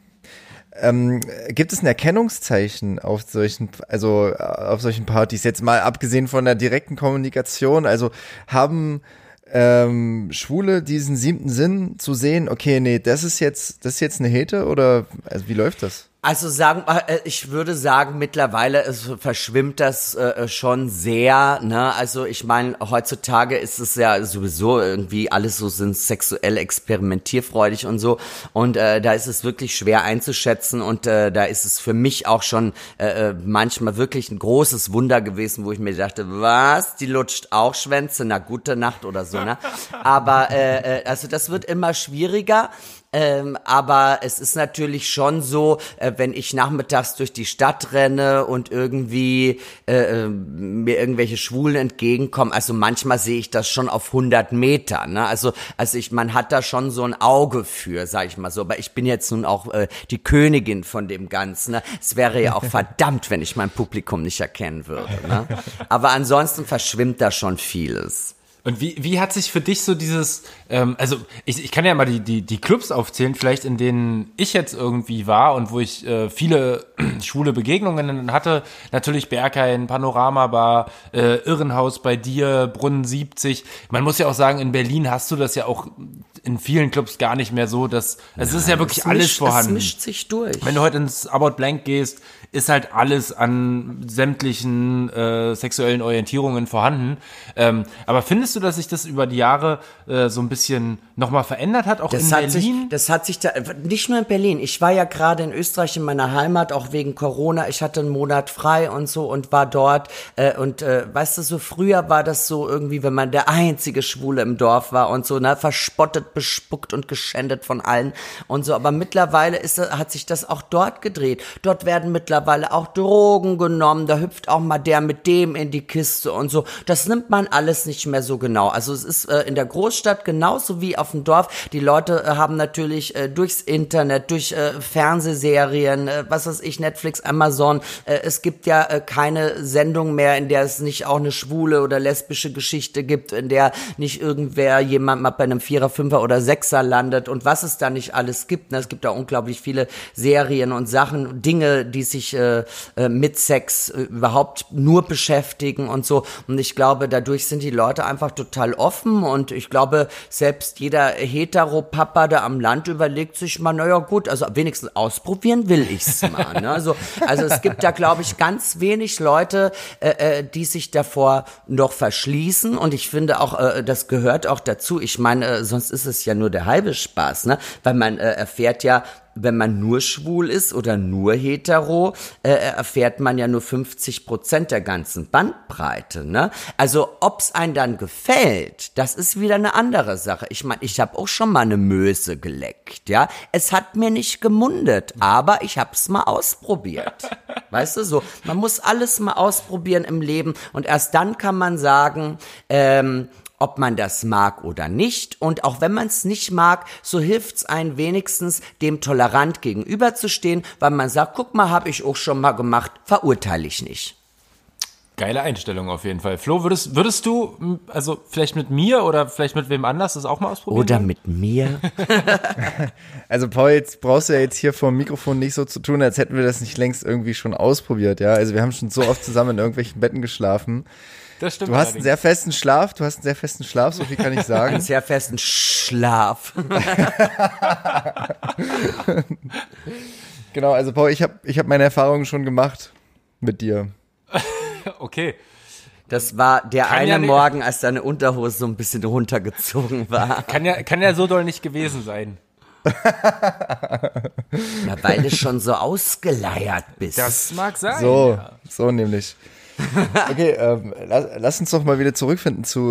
Gibt es ein Erkennungszeichen auf solchen Partys? Jetzt mal abgesehen von der direkten Kommunikation. Also haben Schwule diesen 7. Sinn zu sehen? Okay, nee, das ist jetzt eine Hete oder also wie läuft das? Also ich würde sagen, mittlerweile verschwimmt das schon sehr, ne? Also ich meine, heutzutage ist es ja sowieso irgendwie alles so sind sexuell experimentierfreudig und so und da ist es wirklich schwer einzuschätzen und da ist es für mich auch schon manchmal wirklich ein großes Wunder gewesen, wo ich mir dachte, was, die lutscht auch Schwänze, na gute Nacht oder so, ne? Aber also das wird immer schwieriger. Aber es ist natürlich schon so, wenn ich nachmittags durch die Stadt renne und irgendwie mir irgendwelche Schwulen entgegenkommen, also manchmal sehe ich das schon auf 100 Meter, ne? Also man hat da schon so ein Auge für, sag ich mal so, aber ich bin jetzt nun auch die Königin von dem Ganzen, ne? Es wäre ja auch verdammt, wenn ich mein Publikum nicht erkennen würde, ne? Aber ansonsten verschwimmt da schon vieles. Und wie hat sich für dich so dieses, also ich kann ja mal die Clubs aufzählen, vielleicht in denen ich jetzt irgendwie war und wo ich viele schwule Begegnungen hatte, natürlich Berghain, Panorama Bar, Irrenhaus bei dir, Brunnen 70. Man muss ja auch sagen, in Berlin hast du das ja auch in vielen Clubs gar nicht mehr so, dass es ist ja wirklich alles vorhanden. Es mischt sich durch. Wenn du heute ins About Blank gehst, ist halt alles an sämtlichen sexuellen Orientierungen vorhanden. Aber findest du, dass sich das über die Jahre so ein bisschen nochmal verändert hat, auch in Berlin? Das hat sich da, nicht nur in Berlin. Ich war ja gerade in Österreich in meiner Heimat, auch wegen Corona. Ich hatte einen Monat frei und so und war dort. Weißt du, so früher war das so irgendwie, wenn man der einzige Schwule im Dorf war und so, ne, verspottet, bespuckt und geschändet von allen und so. Aber mittlerweile hat sich das auch dort gedreht. Dort werden mittlerweile auch Drogen genommen. Da hüpft auch mal der mit dem in die Kiste und so. Das nimmt man alles nicht mehr so genau. Also es ist in der Großstadt genauso wie auf dem Dorf. Die Leute haben natürlich durchs Internet, durch Fernsehserien, was weiß ich, Netflix, Amazon. Es gibt ja keine Sendung mehr, in der es nicht auch eine schwule oder lesbische Geschichte gibt, in der nicht irgendwer jemand mal bei einem 4er, 5er oder 6er landet und was es da nicht alles gibt. Es gibt da unglaublich viele Serien und Sachen, Dinge, die sich mit Sex überhaupt nur beschäftigen und so. Und ich glaube, dadurch sind die Leute einfach total offen und ich glaube, selbst jeder Hetero-Papa da am Land überlegt sich mal, naja gut, also wenigstens ausprobieren will ich's mal. Ne? Also es gibt da, glaube ich, ganz wenig Leute, die sich davor noch verschließen und ich finde auch, das gehört auch dazu. Ich meine, sonst ist es ja nur der halbe Spaß, ne? Weil man erfährt ja, wenn man nur schwul ist oder nur hetero, erfährt man ja nur 50% der ganzen Bandbreite, ne? Also, ob's einem dann gefällt, das ist wieder eine andere Sache. Ich meine, ich habe auch schon mal eine Möse geleckt, ja? Es hat mir nicht gemundet, aber ich hab's mal ausprobiert. Weißt du, so. Man muss alles mal ausprobieren im Leben und erst dann kann man sagen, ob man das mag oder nicht. Und auch wenn man es nicht mag, so hilft's einem wenigstens, dem tolerant gegenüberzustehen, weil man sagt, guck mal, habe ich auch schon mal gemacht, verurteile ich nicht. Geile Einstellung auf jeden Fall. Flo, würdest du, also vielleicht mit mir oder vielleicht mit wem anders das auch mal ausprobieren? Oder mit mir? Also Paul, jetzt brauchst du ja jetzt hier vor dem Mikrofon nicht so zu tun, als hätten wir das nicht längst irgendwie schon ausprobiert, ja? Also wir haben schon so oft zusammen in irgendwelchen Betten geschlafen. Das stimmt. Du hast einen sehr festen Schlaf, so viel kann ich sagen. Einen sehr festen Schlaf. Genau, also Paul, ich hab meine Erfahrungen schon gemacht mit dir. Okay. Das war der eine Morgen, als deine Unterhose so ein bisschen runtergezogen war. Kann ja so doll nicht gewesen sein. Ja, weil du schon so ausgeleiert bist. Das mag sein. So nämlich. Okay, lass uns doch mal wieder zurückfinden zu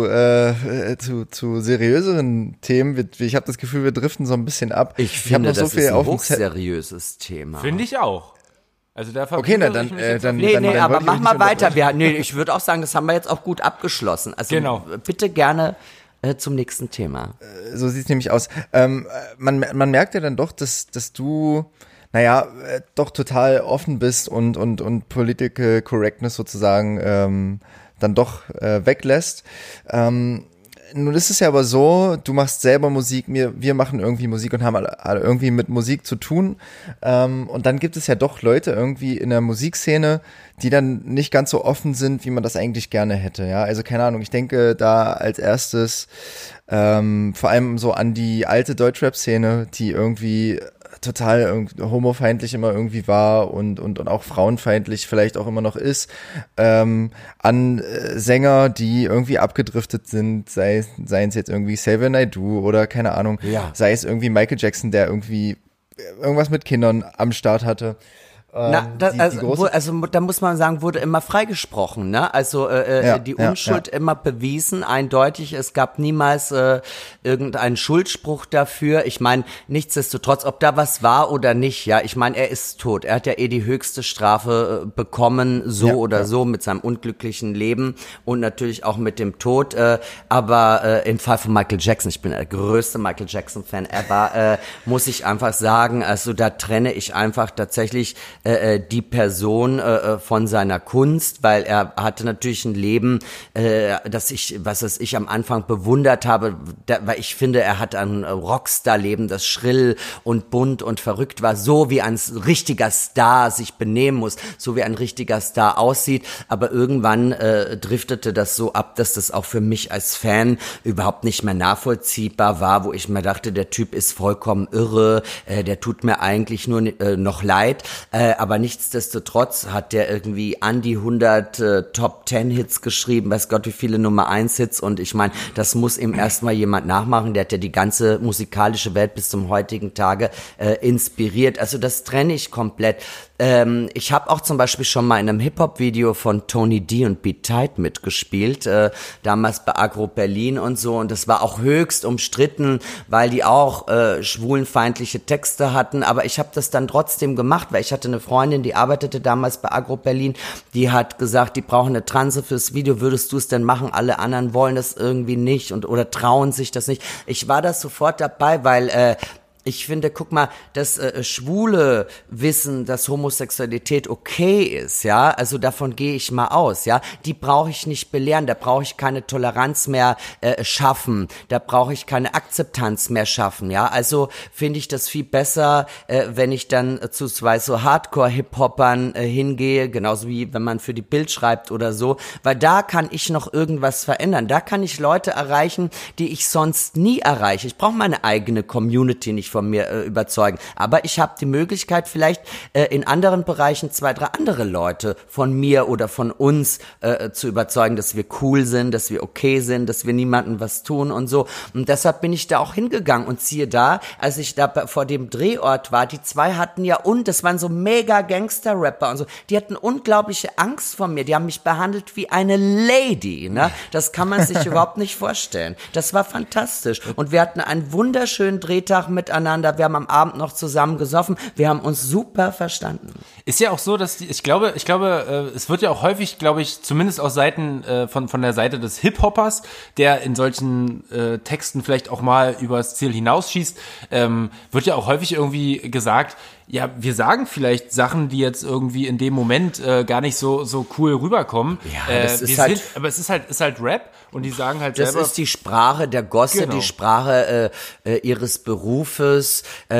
seriöseren Themen. Ich habe das Gefühl, wir driften so ein bisschen ab. Ich finde, das ist ein hochseriöses Thema. Finde ich auch. Also da okay, na dann, aber mach mal weiter. Ich würde auch sagen, das haben wir jetzt auch gut abgeschlossen. Also genau. Bitte gerne zum nächsten Thema. So sieht's nämlich aus. Man merkt ja dann doch, dass du doch total offen bist und Political Correctness sozusagen dann doch weglässt. Nun ist es ja aber so, du machst selber Musik, wir machen irgendwie Musik und haben alle irgendwie mit Musik zu tun. Und dann gibt es ja doch Leute irgendwie in der Musikszene, die dann nicht ganz so offen sind, wie man das eigentlich gerne hätte. Ja, also keine Ahnung, ich denke da als erstes vor allem so an die alte Deutschrap-Szene, die irgendwie total homofeindlich immer irgendwie war und auch frauenfeindlich vielleicht auch immer noch ist, an Sänger, die irgendwie abgedriftet sind, seien es jetzt irgendwie Xavier Naidoo oder keine Ahnung, sei es irgendwie Michael Jackson, der irgendwie irgendwas mit Kindern am Start hatte. Da muss man sagen, wurde immer freigesprochen, ne? Also die Unschuld immer bewiesen, eindeutig. Es gab niemals irgendeinen Schuldspruch dafür. Ich meine, nichtsdestotrotz, ob da was war oder nicht, ja, ich meine, er ist tot. Er hat ja die höchste Strafe bekommen, so mit seinem unglücklichen Leben und natürlich auch mit dem Tod. Aber im Fall von Michael Jackson, ich bin der größte Michael Jackson-Fan ever, muss ich einfach sagen, also da trenne ich einfach tatsächlich die Person von seiner Kunst, weil er hatte natürlich ein Leben, was ich am Anfang bewundert habe, weil ich finde, er hat ein Rockstar-Leben, das schrill und bunt und verrückt war, so wie ein richtiger Star sich benehmen muss, so wie ein richtiger Star aussieht, aber irgendwann driftete das so ab, dass das auch für mich als Fan überhaupt nicht mehr nachvollziehbar war, wo ich mir dachte, der Typ ist vollkommen irre, der tut mir eigentlich nur noch leid, aber nichtsdestotrotz hat der irgendwie an die 100 Top-10-Hits geschrieben, weiß Gott wie viele Nummer-1-Hits, und ich meine, das muss ihm erstmal jemand nachmachen, der hat ja die ganze musikalische Welt bis zum heutigen Tage inspiriert, also das trenne ich komplett. Ich habe auch zum Beispiel schon mal in einem Hip-Hop-Video von Tony D und Beat Tight mitgespielt, damals bei Agro Berlin und so, und das war auch höchst umstritten, weil die auch schwulenfeindliche Texte hatten, aber ich habe das dann trotzdem gemacht, weil ich hatte eine Freundin, die arbeitete damals bei Agro Berlin, die hat gesagt, die brauchen eine Transe fürs Video, würdest du es denn machen? Alle anderen wollen das irgendwie nicht oder trauen sich das nicht. Ich war da sofort dabei, weil ich finde, guck mal, dass Schwule wissen, dass Homosexualität okay ist, ja, also davon gehe ich mal aus, ja, die brauche ich nicht belehren, da brauche ich keine Toleranz mehr schaffen, da brauche ich keine Akzeptanz mehr schaffen, ja, also finde ich das viel besser, wenn ich dann zu zwei so Hardcore-Hip-Hoppern hingehe, genauso wie wenn man für die Bild schreibt oder so, weil da kann ich noch irgendwas verändern, da kann ich Leute erreichen, die ich sonst nie erreiche. Ich brauche meine eigene Community nicht von mir überzeugen. Aber ich habe die Möglichkeit, vielleicht in anderen Bereichen 2, 3 andere Leute von mir oder von uns zu überzeugen, dass wir cool sind, dass wir okay sind, dass wir niemandem was tun und so. Und deshalb bin ich da auch hingegangen. Und siehe da, als ich da vor dem Drehort war, die zwei hatten das waren so mega Gangster-Rapper und so, die hatten unglaubliche Angst vor mir. Die haben mich behandelt wie eine Lady, ne? Das kann man sich überhaupt nicht vorstellen. Das war fantastisch. Und wir hatten einen wunderschönen Drehtag miteinander. Wir haben am Abend noch zusammen gesoffen. Wir haben uns super verstanden. Ist ja auch so, dass ich glaube, es wird ja auch häufig, glaube ich, zumindest aus Seiten von der Seite des Hip-Hoppers, der in solchen Texten vielleicht auch mal übers Ziel hinausschießt, wird ja auch häufig irgendwie gesagt, ja, wir sagen vielleicht Sachen, die jetzt irgendwie in dem Moment gar nicht so cool rüberkommen. Ja, das ist halt, aber es ist halt Rap, und die sagen halt das selber. Das ist die Sprache der Gosse, genau. Die Sprache ihres Berufes.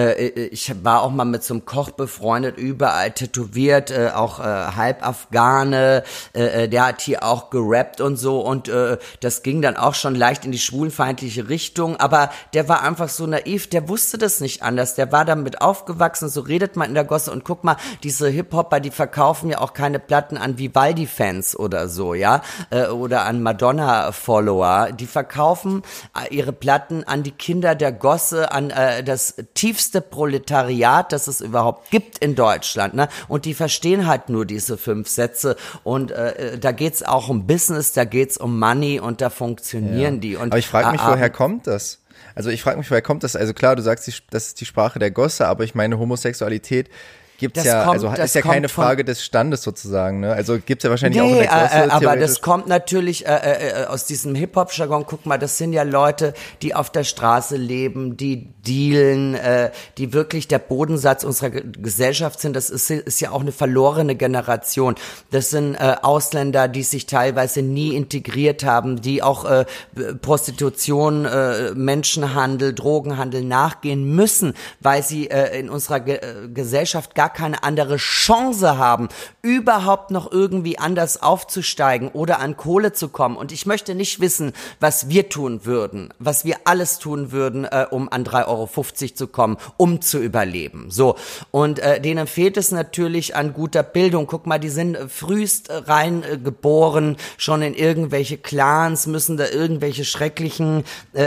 Ich war auch mal mit so einem Koch befreundet, überall tätowiert, auch halb Afghane. Der hat hier auch gerappt und so, und das ging dann auch schon leicht in die schwulenfeindliche Richtung. Aber der war einfach so naiv, der wusste das nicht anders. Der war damit aufgewachsen, so redet man in der Gosse, und guck mal, diese Hip-Hopper, die verkaufen ja auch keine Platten an Vivaldi-Fans oder so, ja, oder an Madonna-Follower, die verkaufen ihre Platten an die Kinder der Gosse, an das tiefste Proletariat, das es überhaupt gibt in Deutschland, ne, und die verstehen halt nur diese 5 Sätze, und da geht's auch um Business, da geht's um Money, und da funktionieren die. Und aber ich frage mich, woher kommt das? Also ich frage mich, woher kommt das? Also klar, du sagst, das ist die Sprache der Gosse, aber ich meine, Homosexualität gibt's ist ja keine Frage des Standes sozusagen, ne? Also gibt's ja wahrscheinlich auch Interesse, aber das kommt natürlich aus diesem Hip-Hop-Jargon. Guck mal, das sind ja Leute, die auf der Straße leben, die dealen, die wirklich der Bodensatz unserer Gesellschaft sind. Das ist ja auch eine verlorene Generation. Das sind Ausländer, die sich teilweise nie integriert haben, die auch Prostitution, Menschenhandel, Drogenhandel nachgehen müssen, weil sie in unserer Gesellschaft gar keine andere Chance haben, überhaupt noch irgendwie anders aufzusteigen oder an Kohle zu kommen. Und ich möchte nicht wissen, was wir tun würden, was wir alles tun würden, um an 3,50 Euro zu kommen, um zu überleben. So. Und denen fehlt es natürlich an guter Bildung. Guck mal, die sind frühest reingeboren, schon in irgendwelche Clans, müssen da irgendwelche schrecklichen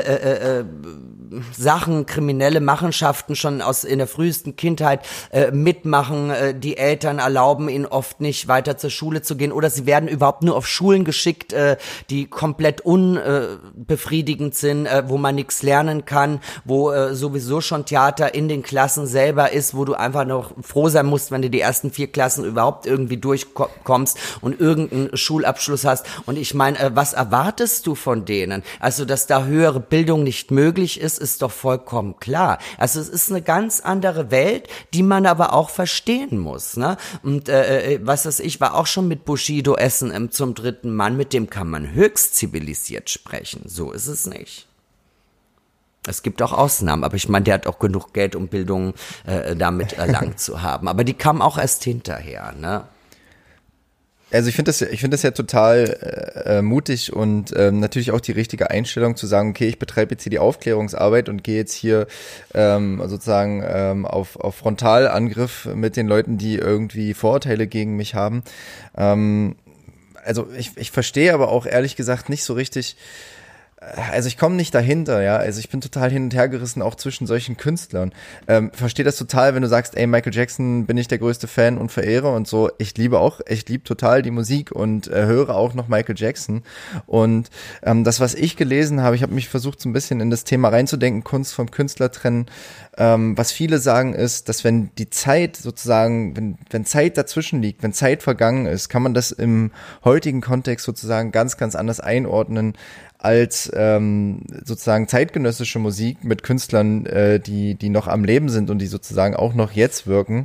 Sachen, kriminelle Machenschaften schon in der frühesten Kindheit mitmachen. Die Eltern erlauben ihnen oft nicht weiter zur Schule zu gehen oder sie werden überhaupt nur auf Schulen geschickt, die komplett unbefriedigend sind, wo man nichts lernen kann, wo sowieso schon Theater in den Klassen selber ist, wo du einfach noch froh sein musst, wenn du die ersten 4 Klassen überhaupt irgendwie durchkommst und irgendeinen Schulabschluss hast. Und ich meine, was erwartest du von denen? Also, dass da höhere Bildung nicht möglich ist doch vollkommen klar. Also, es ist eine ganz andere Welt, die man aber auch verstehen muss, ne? Und ich war auch schon mit Bushido essen zum 3. Mann, mit dem kann man höchst zivilisiert sprechen. So ist es nicht. Es gibt auch Ausnahmen, aber ich meine, der hat auch genug Geld, um Bildung damit erlangt zu haben. Aber die kam auch erst hinterher, ne? Also ich finde das ja total mutig und natürlich auch die richtige Einstellung zu sagen, okay, ich betreibe jetzt hier die Aufklärungsarbeit und gehe jetzt hier sozusagen auf Frontalangriff mit den Leuten, die irgendwie Vorurteile gegen mich haben. Also ich verstehe aber auch ehrlich gesagt nicht so richtig. Also ich komme nicht dahinter, ja, also ich bin total hin und her gerissen, auch zwischen solchen Künstlern. Verstehe das total, wenn du sagst, ey, Michael Jackson bin ich der größte Fan und Verehrer und so. Ich liebe total die Musik und höre auch noch Michael Jackson. Und das, was ich gelesen habe, ich habe mich versucht, so ein bisschen in das Thema reinzudenken, Kunst vom Künstler trennen. Was viele sagen ist, dass wenn die Zeit sozusagen, wenn Zeit dazwischen liegt, wenn Zeit vergangen ist, kann man das im heutigen Kontext sozusagen ganz, ganz anders einordnen, als sozusagen zeitgenössische Musik mit Künstlern, die noch am Leben sind und die sozusagen auch noch jetzt wirken.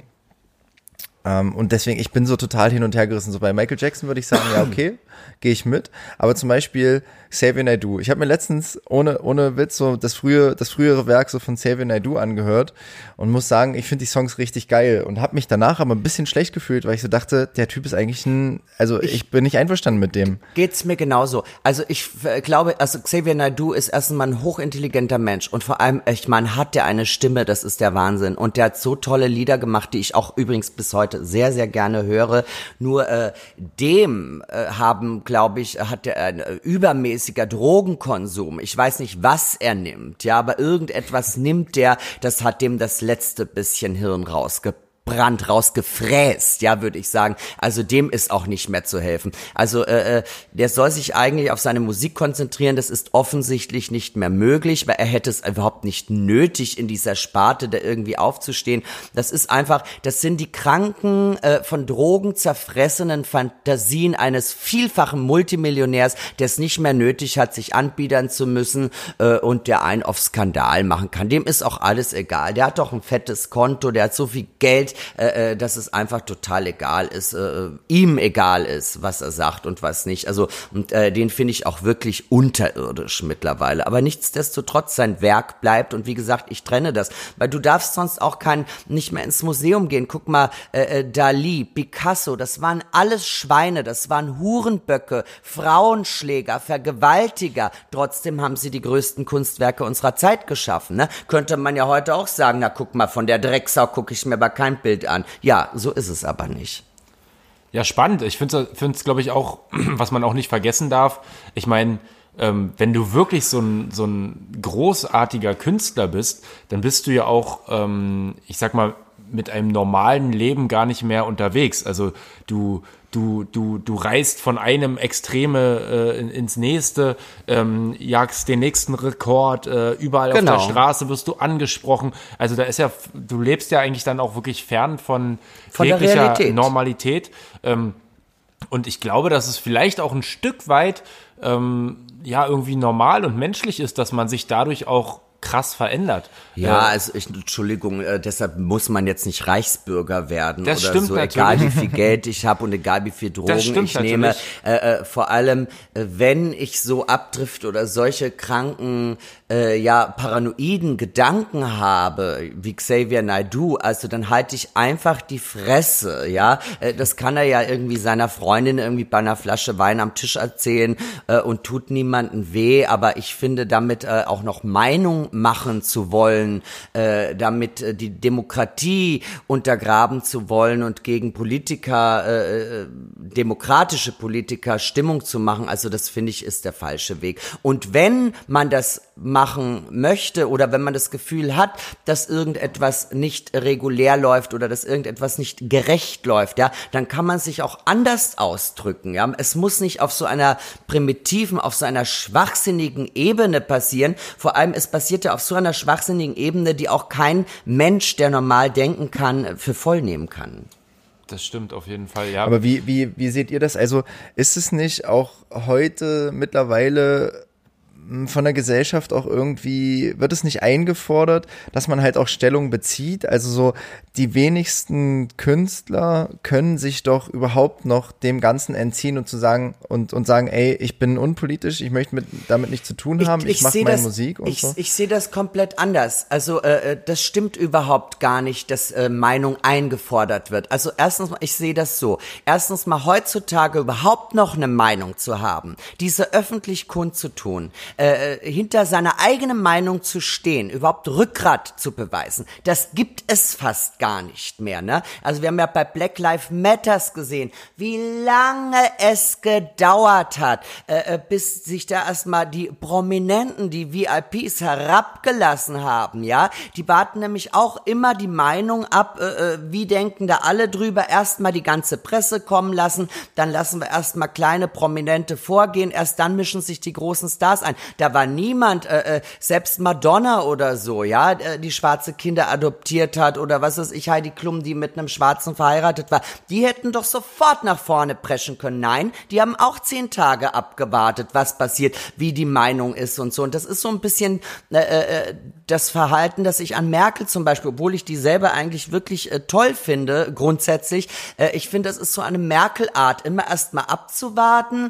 Und deswegen, ich bin so total hin und her gerissen. So bei Michael Jackson würde ich sagen, ja, okay, gehe ich mit. Aber zum Beispiel Xavier Naidoo. Ich habe mir letztens ohne Witz so das frühere Werk so von Xavier Naidoo angehört und muss sagen, ich finde die Songs richtig geil und habe mich danach aber ein bisschen schlecht gefühlt, weil ich so dachte, der Typ ist eigentlich ich bin nicht einverstanden mit dem. Geht's mir genauso. Also ich glaube, Xavier Naidoo ist erstmal ein hochintelligenter Mensch und vor allem, ich meine, hat der eine Stimme, das ist der Wahnsinn. Und der hat so tolle Lieder gemacht, die ich auch übrigens bis heute sehr, sehr gerne höre. Nur hat der ein übermäßiger Drogenkonsum. Ich weiß nicht, was er nimmt, ja, aber irgendetwas nimmt der, das hat dem das letzte bisschen Hirn rausgefräst, ja, würde ich sagen. Also dem ist auch nicht mehr zu helfen. Also der soll sich eigentlich auf seine Musik konzentrieren. Das ist offensichtlich nicht mehr möglich, weil er hätte es überhaupt nicht nötig, in dieser Sparte da irgendwie aufzustehen. Das sind die kranken, von Drogen zerfressenen Fantasien eines vielfachen Multimillionärs, der es nicht mehr nötig hat, sich anbiedern zu müssen und der einen auf Skandal machen kann. Dem ist auch alles egal. Der hat doch ein fettes Konto, der hat so viel Geld, dass es einfach total egal ist, ihm egal ist, was er sagt und was nicht. Also und den finde ich auch wirklich unterirdisch mittlerweile. Aber nichtsdestotrotz sein Werk bleibt und wie gesagt, ich trenne das, weil du darfst sonst auch nicht mehr ins Museum gehen. Guck mal, Dali, Picasso, das waren alles Schweine, das waren Hurenböcke, Frauenschläger, Vergewaltiger. Trotzdem haben sie die größten Kunstwerke unserer Zeit geschaffen. Ne? Könnte man ja heute auch sagen, na guck mal, von der Drecksau gucke ich mir aber kein Bild an. Ja, so ist es aber nicht. Ja, spannend. Ich finde es, glaube ich, auch, was man auch nicht vergessen darf. Ich meine, wenn du wirklich so ein großartiger Künstler bist, dann bist du ja auch, ich sag mal, mit einem normalen Leben gar nicht mehr unterwegs. Also du du reist von einem Extreme ins nächste, jagst den nächsten Rekord, überall auf der Straße wirst du angesprochen. Also da ist ja, du lebst ja eigentlich dann auch wirklich fern von jeglicher Normalität. Und ich glaube, dass es vielleicht auch ein Stück weit irgendwie normal und menschlich ist, dass man sich dadurch auch krass verändert. Ja, also Entschuldigung, deshalb muss man jetzt nicht Reichsbürger werden das oder stimmt so, natürlich. egal wie viel Geld ich habe und egal wie viel Drogen ich nehme. Vor allem, wenn ich so abdrift oder solche kranken, paranoiden Gedanken habe, wie Xavier Naidoo, also dann halte ich einfach die Fresse, ja. Das kann er ja irgendwie seiner Freundin irgendwie bei einer Flasche Wein am Tisch erzählen und tut niemandem weh, aber ich finde damit auch noch Meinung machen zu wollen, damit die Demokratie untergraben zu wollen und gegen Politiker, demokratische Politiker Stimmung zu machen, also das finde ich ist der falsche Weg. Und wenn man das machen möchte oder wenn man das Gefühl hat, dass irgendetwas nicht regulär läuft oder dass irgendetwas nicht gerecht läuft, ja, dann kann man sich auch anders ausdrücken, ja. Es muss nicht auf so einer primitiven, auf so einer schwachsinnigen Ebene passieren. Vor allem, es passiert ja auf so einer schwachsinnigen Ebene, die auch kein Mensch, der normal denken kann, für voll nehmen kann. Das stimmt auf jeden Fall, ja. Aber wie seht ihr das? Also ist es nicht auch heute mittlerweile von der Gesellschaft auch irgendwie, wird es nicht eingefordert, dass man halt auch Stellung bezieht? Also so, die wenigsten Künstler können sich doch überhaupt noch dem Ganzen entziehen und zu sagen, und sagen, ey, ich bin unpolitisch, ich möchte damit nichts zu tun haben, ich mache meine Musik und so. Ich sehe das komplett anders. Also das stimmt überhaupt gar nicht, dass Meinung eingefordert wird. Also erstens mal, ich sehe das so. Erstens mal heutzutage überhaupt noch eine Meinung zu haben, diese öffentlich kundzutun, hinter seiner eigenen Meinung zu stehen, überhaupt Rückgrat zu beweisen, das gibt es fast gar nicht mehr, ne? Also wir haben ja bei Black Lives Matters gesehen, wie lange es gedauert hat, bis sich da erstmal die Prominenten, die VIPs herabgelassen haben, ja? Die warten nämlich auch immer die Meinung ab, wie denken da alle drüber, erstmal die ganze Presse kommen lassen, dann lassen wir erstmal kleine Prominente vorgehen, erst dann mischen sich die großen Stars ein. Da war niemand, selbst Madonna oder so, ja, die schwarze Kinder adoptiert hat oder was weiß ich, Heidi Klum, die mit einem Schwarzen verheiratet war, die hätten doch sofort nach vorne preschen können. Nein, die haben auch 10 Tage abgewartet, was passiert, wie die Meinung ist und so. Und das ist so ein bisschen das Verhalten, das ich an Merkel zum Beispiel, obwohl ich die selber eigentlich wirklich toll finde, grundsätzlich, ich finde, das ist so eine Merkel-Art, immer erst mal abzuwarten,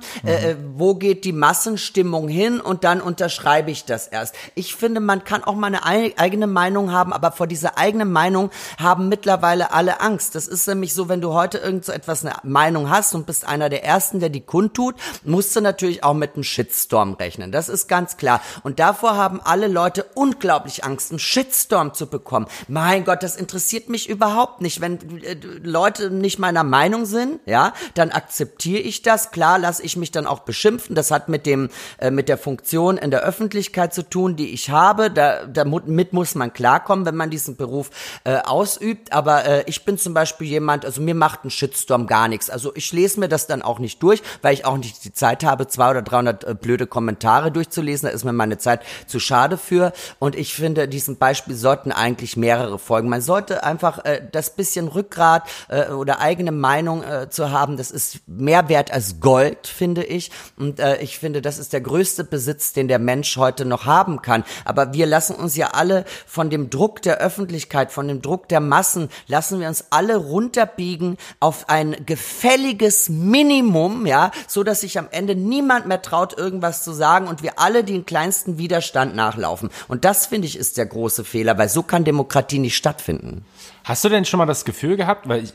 wo geht die Massenstimmung hin und dann unterschreibe ich das erst. Ich finde, man kann auch mal eine eigene Meinung haben, aber vor dieser eigenen Meinung haben mittlerweile alle Angst. Das ist nämlich so, wenn du heute irgend so etwas eine Meinung hast und bist einer der Ersten, der die kundtut, musst du natürlich auch mit einem Shitstorm rechnen. Das ist ganz klar. Und davor haben alle Leute unglaublich Angst, einen Shitstorm zu bekommen. Mein Gott, das interessiert mich überhaupt nicht. Wenn Leute nicht meiner Meinung sind, ja, dann akzeptiere ich das. Klar, lasse ich mich dann auch beschimpfen. Das hat mit der Funktion in der Öffentlichkeit zu tun, die ich habe. Damit muss man klarkommen, wenn man diesen Beruf ausübt. Aber ich bin zum Beispiel jemand, also mir macht ein Shitstorm gar nichts. Also ich lese mir das dann auch nicht durch, weil ich auch nicht die Zeit habe, 200 oder 300 blöde Kommentare durchzulesen. Da ist mir meine Zeit zu schade für. Und ich finde, diesem Beispiel sollten eigentlich mehrere folgen. Man sollte einfach das bisschen Rückgrat oder eigene Meinung zu haben, das ist mehr wert als Gold, finde ich. Und ich finde, das ist der größte Besitz, den der Mensch heute noch haben kann. Aber wir lassen uns ja alle von dem Druck der Öffentlichkeit, von dem Druck der Massen, lassen wir uns alle runterbiegen auf ein gefälliges Minimum, ja, so dass sich am Ende niemand mehr traut, irgendwas zu sagen und wir alle den kleinsten Widerstand nachlaufen. Und das, finde ich, ist der große Fehler, weil so kann Demokratie nicht stattfinden. Hast du denn schon mal das Gefühl gehabt, weil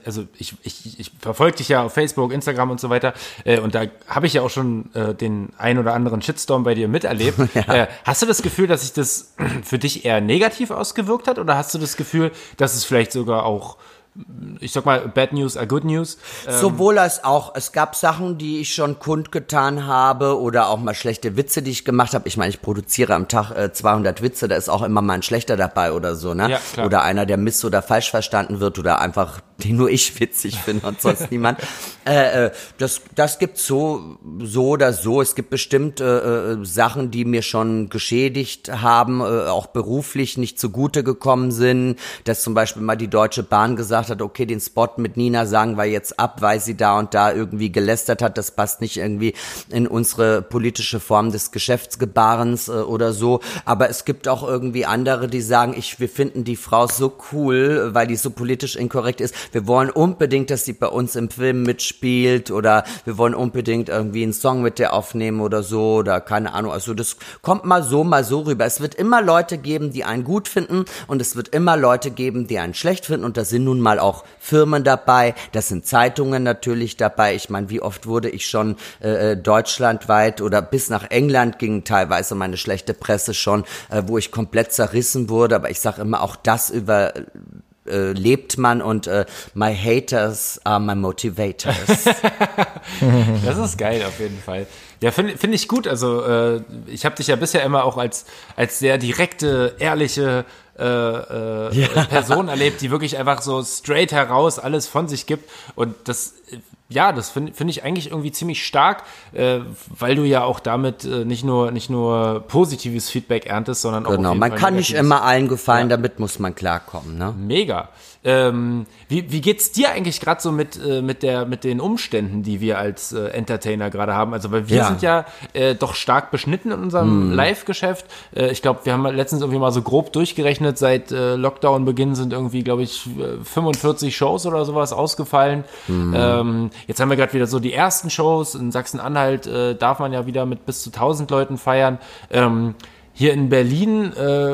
ich verfolge dich ja auf Facebook, Instagram und so weiter, und da habe ich ja auch schon den ein oder anderen Shitstorm bei dir miterlebt. Ja. Hast du das Gefühl, dass sich das für dich eher negativ ausgewirkt hat, oder hast du das Gefühl, dass es vielleicht sogar auch, ich sag mal, bad news are good news? Sowohl als auch. Es gab Sachen, die ich schon kundgetan habe oder auch mal schlechte Witze, die ich gemacht habe. Ich meine, ich produziere am Tag 200 Witze, da ist auch immer mal ein schlechter dabei oder so, ne? Ja, klar. Oder einer, der miss- oder falsch verstanden wird oder einfach den nur ich witzig finde und sonst niemand. Das gibt's so oder so. Es gibt bestimmt Sachen, die mir schon geschädigt haben, auch beruflich nicht zugute gekommen sind. Dass zum Beispiel mal die Deutsche Bahn gesagt hat, okay, den Spot mit Nina sagen wir jetzt ab, weil sie da und da irgendwie gelästert hat. Das passt nicht irgendwie in unsere politische Form des Geschäftsgebarens oder so. Aber es gibt auch irgendwie andere, die sagen, wir finden die Frau so cool, weil die so politisch inkorrekt ist. Wir wollen unbedingt, dass sie bei uns im Film mitspielt oder wir wollen unbedingt irgendwie einen Song mit der aufnehmen oder so oder keine Ahnung. Also das kommt mal so rüber. Es wird immer Leute geben, die einen gut finden und es wird immer Leute geben, die einen schlecht finden und da sind nun mal auch Firmen dabei, das sind Zeitungen natürlich dabei. Ich meine, wie oft wurde ich schon deutschlandweit oder bis nach England ging teilweise meine schlechte Presse schon, wo ich komplett zerrissen wurde, aber ich sage immer, auch das lebt man und my haters are my motivators. Das ist geil auf jeden Fall. Ja, find ich gut. Also ich habe dich ja bisher immer auch als sehr direkte, ehrliche Person erlebt, die wirklich einfach so straight heraus alles von sich gibt und das finde ich eigentlich irgendwie ziemlich stark, weil du ja auch damit nicht nur positives Feedback erntest, sondern auch genau, man kann nicht immer allen gefallen, damit muss man klarkommen, ne? Mega. Wie geht's dir eigentlich gerade so mit den Umständen, die wir als Entertainer gerade haben? Also weil wir sind ja doch stark beschnitten in unserem Live-Geschäft. Ich glaube, wir haben letztens irgendwie mal so grob durchgerechnet, seit Lockdown-Beginn sind irgendwie, glaube ich, 45 Shows oder sowas ausgefallen. Jetzt haben wir gerade wieder so die ersten Shows. In Sachsen-Anhalt darf man ja wieder mit bis zu 1000 Leuten feiern. Hier in Berlin,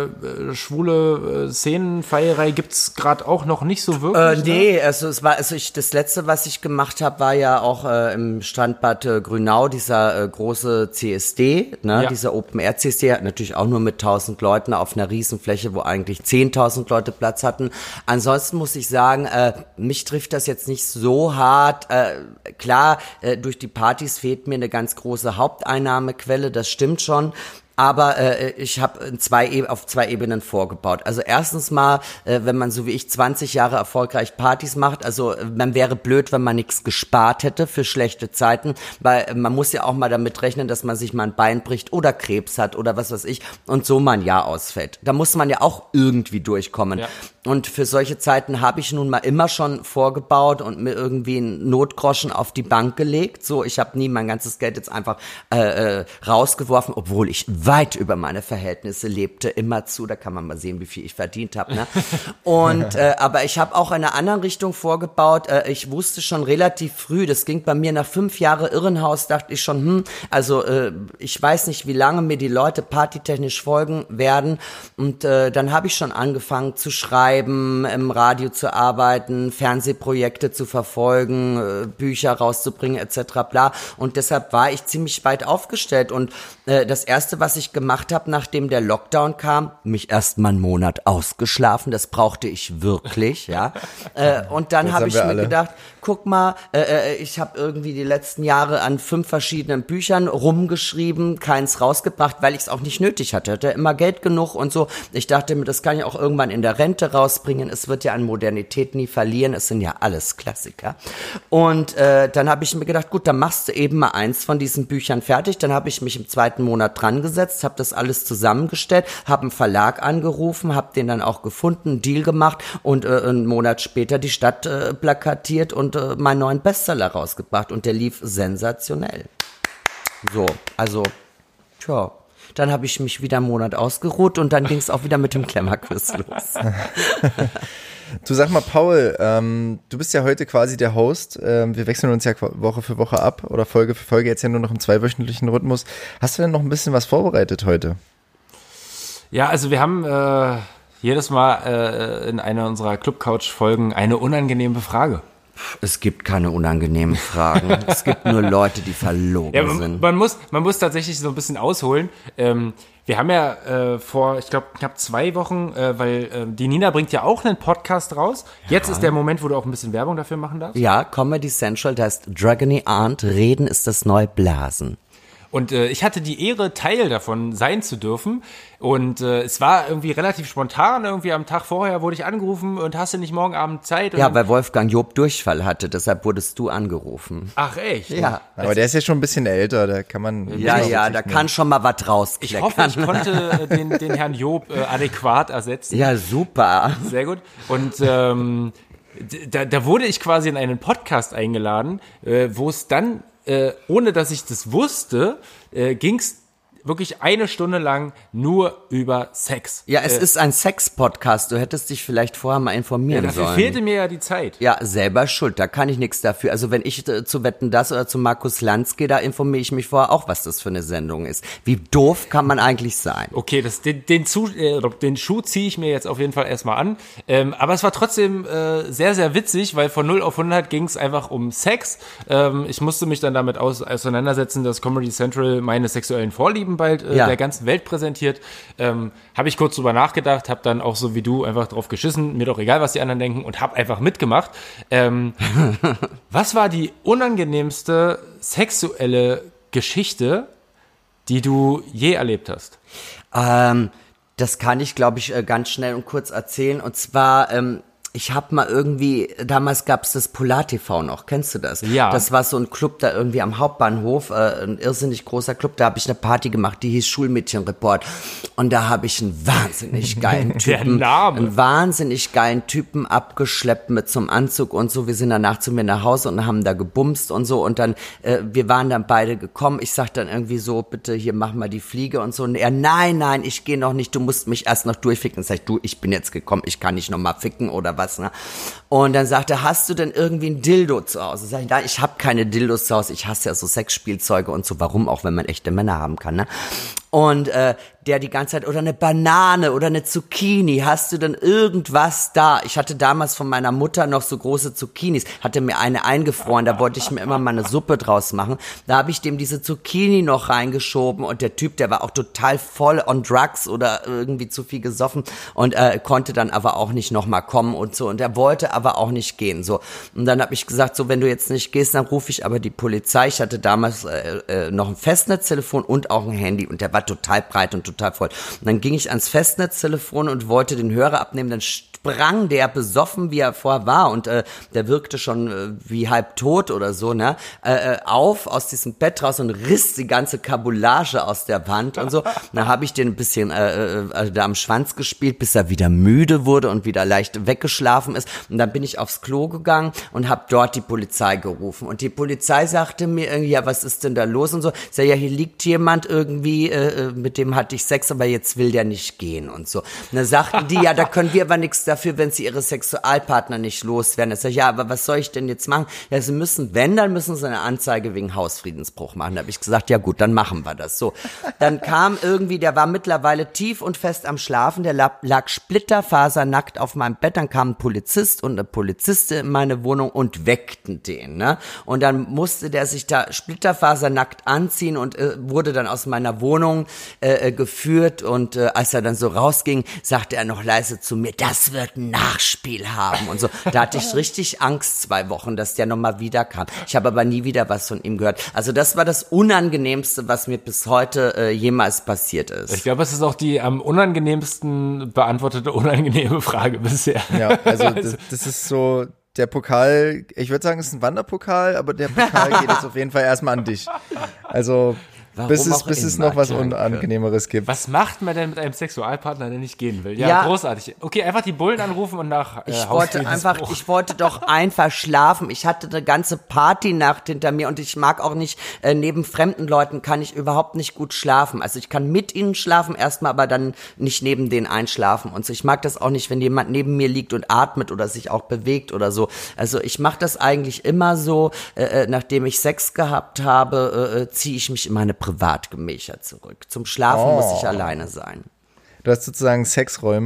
schwule Szenenfeierei gibt's gerade auch noch nicht so wirklich. Nee, also das letzte, was ich gemacht habe, war ja auch im Strandbad Grünau, dieser große CSD, ne, ja. Dieser Open-Air-CSD, hat natürlich auch nur mit 1000 Leuten auf einer Riesenfläche, wo eigentlich 10.000 Leute Platz hatten. Ansonsten muss ich sagen, mich trifft das jetzt nicht so hart. Klar, durch die Partys fehlt mir eine ganz große Haupteinnahmequelle, das stimmt schon. Aber ich habe auf zwei Ebenen vorgebaut. Also erstens mal, wenn man so wie ich 20 Jahre erfolgreich Partys macht, also man wäre blöd, wenn man nichts gespart hätte für schlechte Zeiten, weil man muss ja auch mal damit rechnen, dass man sich mal ein Bein bricht oder Krebs hat oder was weiß ich und so mal ein Jahr ausfällt. Da muss man ja auch irgendwie durchkommen. Ja. Und für solche Zeiten habe ich nun mal immer schon vorgebaut und mir irgendwie einen Notgroschen auf die Bank gelegt. So, ich habe nie mein ganzes Geld jetzt einfach rausgeworfen, obwohl ich weit über meine Verhältnisse lebte, immerzu. Da kann man mal sehen, wie viel ich verdient habe. Ne? Und aber ich habe auch in einer anderen Richtung vorgebaut. Ich wusste schon relativ früh, das ging bei mir nach 5 Jahren Irrenhaus, dachte ich schon, ich weiß nicht, wie lange mir die Leute partytechnisch folgen werden. Und dann habe ich schon angefangen zu schreiben, im Radio zu arbeiten, Fernsehprojekte zu verfolgen, Bücher rauszubringen etc. bla. Und deshalb war ich ziemlich weit aufgestellt. Und das Erste, was ich gemacht habe, nachdem der Lockdown kam, mich erst mal einen Monat ausgeschlafen. Das brauchte ich wirklich, ja. Und dann habe ich mir gedacht, guck mal, ich habe irgendwie die letzten Jahre an 5 verschiedenen Büchern rumgeschrieben, keins rausgebracht, weil ich es auch nicht nötig hatte. Ich hatte immer Geld genug und so. Ich dachte mir, das kann ich auch irgendwann in der Rente rausbringen. Es wird ja an Modernität nie verlieren. Es sind ja alles Klassiker. Und dann habe ich mir gedacht, gut, dann machst du eben mal eins von diesen Büchern fertig. Dann habe ich mich im 2. Monat dran gesetzt, habe das alles zusammengestellt, habe einen Verlag angerufen, habe den dann auch gefunden, einen Deal gemacht und einen Monat später die Stadt plakatiert und meinen neuen Bestseller rausgebracht. Und der lief sensationell. So, also, tja. Dann habe ich mich wieder einen Monat ausgeruht und dann ging es auch wieder mit dem Klemmerquiz los. Du, sag mal, Paul, du bist ja heute quasi der Host. Wir wechseln uns ja Woche für Woche ab oder Folge für Folge jetzt ja nur noch im 2-wöchentlichen Rhythmus. Hast du denn noch ein bisschen was vorbereitet heute? Ja, also wir haben jedes Mal in einer unserer Club-Couch-Folgen eine unangenehme Frage. Es gibt keine unangenehmen Fragen. Es gibt nur Leute, die verlogen sind. Man muss tatsächlich so ein bisschen ausholen. Wir haben ja vor, ich glaube, knapp 2 Wochen, weil die Nina bringt ja auch einen Podcast raus. Jetzt ist der Moment, wo du auch ein bisschen Werbung dafür machen darfst. Ja, Comedy Central, das heißt Dragony Aunt, Reden ist das neue Blasen. Und ich hatte die Ehre, Teil davon sein zu dürfen. Und es war irgendwie relativ spontan. Irgendwie am Tag vorher wurde ich angerufen und hast du nicht morgen Abend Zeit? Und ja, weil Wolfgang Job Durchfall hatte, deshalb wurdest du angerufen. Ach echt? Ja. Aber der ist ja schon ein bisschen älter, da kann man... Ja, da kann schon mal was rauskleckern. Ich hoffe, ich konnte den Herrn Job adäquat ersetzen. Ja, super. Sehr gut. Und da wurde ich quasi in einen Podcast eingeladen, wo es dann, ohne dass ich das wusste, ging es wirklich 1 Stunde lang nur über Sex. Ja, es ist ein Sex-Podcast. Du hättest dich vielleicht vorher mal informieren dafür sollen. fehlte mir ja die Zeit. Ja, selber schuld. Da kann ich nichts dafür. Also wenn ich zu Wetten, das oder zu Markus Lanz gehe, da informiere ich mich vorher auch, was das für eine Sendung ist. Wie doof kann man eigentlich sein? Okay, den Schuh ziehe ich mir jetzt auf jeden Fall erstmal an. Aber es war trotzdem sehr, sehr witzig, weil von 0 auf 100 ging es einfach um Sex. Ich musste mich dann damit auseinandersetzen, dass Comedy Central meine sexuellen Vorlieben bald der ganzen Welt präsentiert. Habe ich kurz drüber nachgedacht, habe dann auch so wie du einfach drauf geschissen, mir doch egal, was die anderen denken, und habe einfach mitgemacht. Was war die unangenehmste sexuelle Geschichte, die du je erlebt hast? Das kann ich, glaube ich, ganz schnell und kurz erzählen. Und zwar, ich habe mal irgendwie, damals gab's das Polar TV noch, kennst du das? Ja. Das war so ein Club da irgendwie am Hauptbahnhof, ein irrsinnig großer Club, da habe ich eine Party gemacht, die hieß Schulmädchenreport. Und da habe ich einen wahnsinnig geilen Typen, einen wahnsinnig geilen Typen abgeschleppt mit zum Anzug und so. Wir sind danach zu mir nach Hause und haben da gebumst und so. Und dann, wir waren dann beide gekommen. Ich sag dann irgendwie so, bitte hier mach mal die Fliege und so. Und er, nein, ich gehe noch nicht, du musst mich erst noch durchficken. Und sag ich, du, ich bin jetzt gekommen, ich kann nicht noch mal ficken oder was. Ne? Und dann sagte er, hast du denn irgendwie ein Dildo zu Hause? Sag ich, nein, ich habe keine Dildos zu Hause, ich hasse ja so Sexspielzeuge und so, warum auch, wenn man echte Männer haben kann, ne? Und der die ganze Zeit, oder eine Banane oder eine Zucchini, hast du denn irgendwas da? Ich hatte damals von meiner Mutter noch so große Zucchinis, hatte mir eine eingefroren, da wollte ich mir immer mal eine Suppe draus machen. Da habe ich dem diese Zucchini noch reingeschoben und der Typ, der war auch total voll on drugs oder irgendwie zu viel gesoffen und konnte dann aber auch nicht noch mal kommen und so. Und er wollte aber auch nicht gehen, so. Und dann habe ich gesagt, so, wenn du jetzt nicht gehst, dann rufe ich aber die Polizei. Ich hatte damals noch ein Festnetztelefon und auch ein Handy und der war total breit und total voll. Und dann ging ich ans Festnetztelefon und wollte den Hörer abnehmen, dann sprang der besoffen, wie er vorher war, und der wirkte schon wie halb tot oder so, ne, aus diesem Bett raus und riss die ganze Kabulage aus der Wand und so. Da habe ich den ein bisschen da am Schwanz gespielt, bis er wieder müde wurde und wieder leicht weggeschlafen ist. Und dann bin ich aufs Klo gegangen und habe dort die Polizei gerufen. Und die Polizei sagte mir irgendwie, ja, was ist denn da los und so. Ich sag, ja, hier liegt jemand irgendwie, mit dem hatte ich Sex, aber jetzt will der nicht gehen und so. Und dann sagten die, ja, da können wir aber nichts dafür, wenn sie ihre Sexualpartner nicht loswerden. Ich sag, ja, aber was soll ich denn jetzt machen? Ja, sie müssen, wenn, dann müssen sie eine Anzeige wegen Hausfriedensbruch machen. Da habe ich gesagt, ja gut, dann machen wir das. So, dann kam irgendwie, der war mittlerweile tief und fest am Schlafen, der lag splitterfasernackt auf meinem Bett, dann kam ein Polizist und eine Polizistin in meine Wohnung und weckten den, ne? Und dann musste der sich da splitterfasernackt anziehen und wurde dann aus meiner Wohnung geführt und als er dann so rausging, sagte er noch leise zu mir, das wird ein Nachspiel haben und so. Da hatte ich richtig Angst 2 Wochen, dass der nochmal wiederkam. Ich habe aber nie wieder was von ihm gehört. Also das war das Unangenehmste, was mir bis heute jemals passiert ist. Ich glaube, es ist auch die am unangenehmsten beantwortete unangenehme Frage bisher. Ja, also das ist so der Pokal, ich würde sagen, es ist ein Wanderpokal, aber der Pokal geht jetzt auf jeden Fall erstmal an dich. Also bis es noch was Unangenehmeres gibt. Was macht man denn mit einem Sexualpartner, der nicht gehen will? Ja, großartig. Okay, einfach die Bullen anrufen und nach ich wollte doch einfach schlafen. Ich hatte eine ganze Partynacht hinter mir und ich mag auch nicht, neben fremden Leuten kann ich überhaupt nicht gut schlafen. Also ich kann mit ihnen schlafen erstmal, aber dann nicht neben denen einschlafen und so. Ich mag das auch nicht, wenn jemand neben mir liegt und atmet oder sich auch bewegt oder so. Also ich mache das eigentlich immer so, nachdem ich Sex gehabt habe, ziehe ich mich in meine Privatgemächer zurück. Zum Schlafen muss ich alleine sein. Du hast sozusagen Sexräume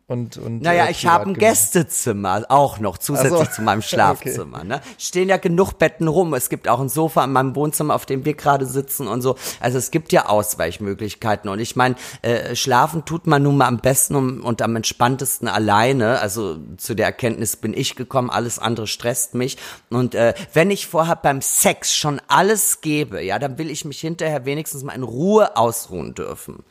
Naja, ich habe ein Gästezimmer auch noch zusätzlich zu meinem Schlafzimmer. Okay. Ne? Stehen ja genug Betten rum. Es gibt auch ein Sofa in meinem Wohnzimmer, auf dem wir gerade sitzen und so. Also es gibt ja Ausweichmöglichkeiten. Und ich meine, schlafen tut man nun mal am besten und am entspanntesten alleine. Also zu der Erkenntnis bin ich gekommen. Alles andere stresst mich. Und wenn ich vorher beim Sex schon alles gebe, ja, dann will ich mich hinterher wenigstens mal in Ruhe ausruhen dürfen.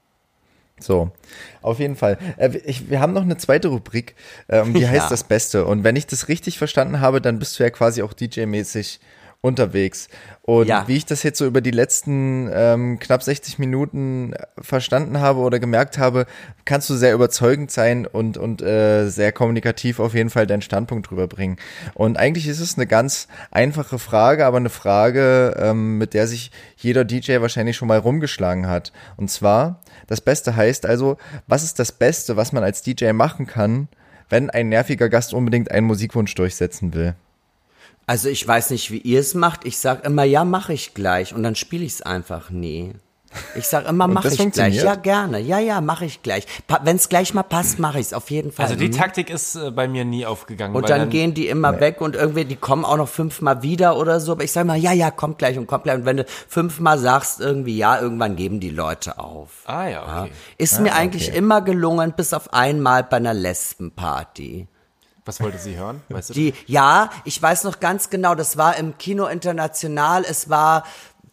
So, auf jeden Fall. Wir haben noch eine zweite Rubrik, die heißt das Beste. Und wenn ich das richtig verstanden habe, dann bist du ja quasi auch DJ-mäßig unterwegs. Und wie ich das jetzt so über die letzten knapp 60 Minuten verstanden habe oder gemerkt habe, kannst du sehr überzeugend sein und sehr kommunikativ auf jeden Fall deinen Standpunkt rüberbringen. Und eigentlich ist es eine ganz einfache Frage, aber eine Frage, mit der sich jeder DJ wahrscheinlich schon mal rumgeschlagen hat. Und zwar, das Beste heißt also, was ist das Beste, was man als DJ machen kann, wenn ein nerviger Gast unbedingt einen Musikwunsch durchsetzen will? Also ich weiß nicht, wie ihr es macht. Ich sag immer, ja, mache ich gleich. Und dann spiele ich es einfach nie. Ich sag immer, mache ich gleich. Ja, gerne. Ja, mache ich gleich. Wenn es gleich mal passt, mache ich es auf jeden Fall. Also die Taktik ist bei mir nie aufgegangen. Und dann gehen die immer weg und irgendwie, die kommen auch noch 5-mal wieder oder so. Aber ich sag mal, ja, kommt gleich. Und wenn du 5-mal sagst irgendwie ja, irgendwann geben die Leute auf. Ah ja, okay. Ja. Ist mir eigentlich immer gelungen, bis auf einmal bei einer Lesbenparty. Was wollte sie hören? Weißt du? Ich weiß noch ganz genau, das war im Kino International, es war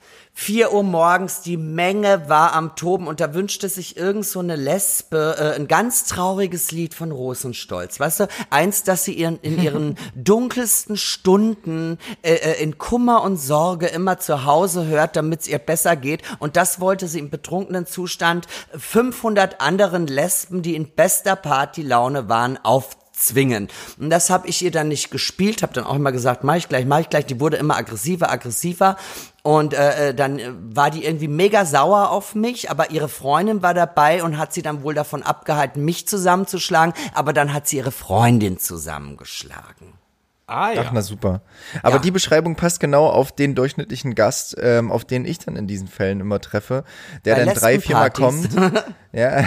4 Uhr morgens, die Menge war am Toben und da wünschte sich irgend so eine Lesbe ein ganz trauriges Lied von Rosenstolz, weißt du? Eins, das sie in ihren dunkelsten Stunden in Kummer und Sorge immer zu Hause hört, damit es ihr besser geht, und das wollte sie im betrunkenen Zustand 500 anderen Lesben, die in bester Partylaune waren, zwingen. Und das habe ich ihr dann nicht gespielt, habe dann auch immer gesagt, mach ich gleich. Die wurde immer aggressiver und dann war die irgendwie mega sauer auf mich, aber ihre Freundin war dabei und hat sie dann wohl davon abgehalten, mich zusammenzuschlagen, aber dann hat sie ihre Freundin zusammengeschlagen. Ah ja. Ach, na super. Aber die Beschreibung passt genau auf den durchschnittlichen Gast, auf den ich dann in diesen Fällen immer treffe, der bei dann 3-4 Mal kommt. Ja.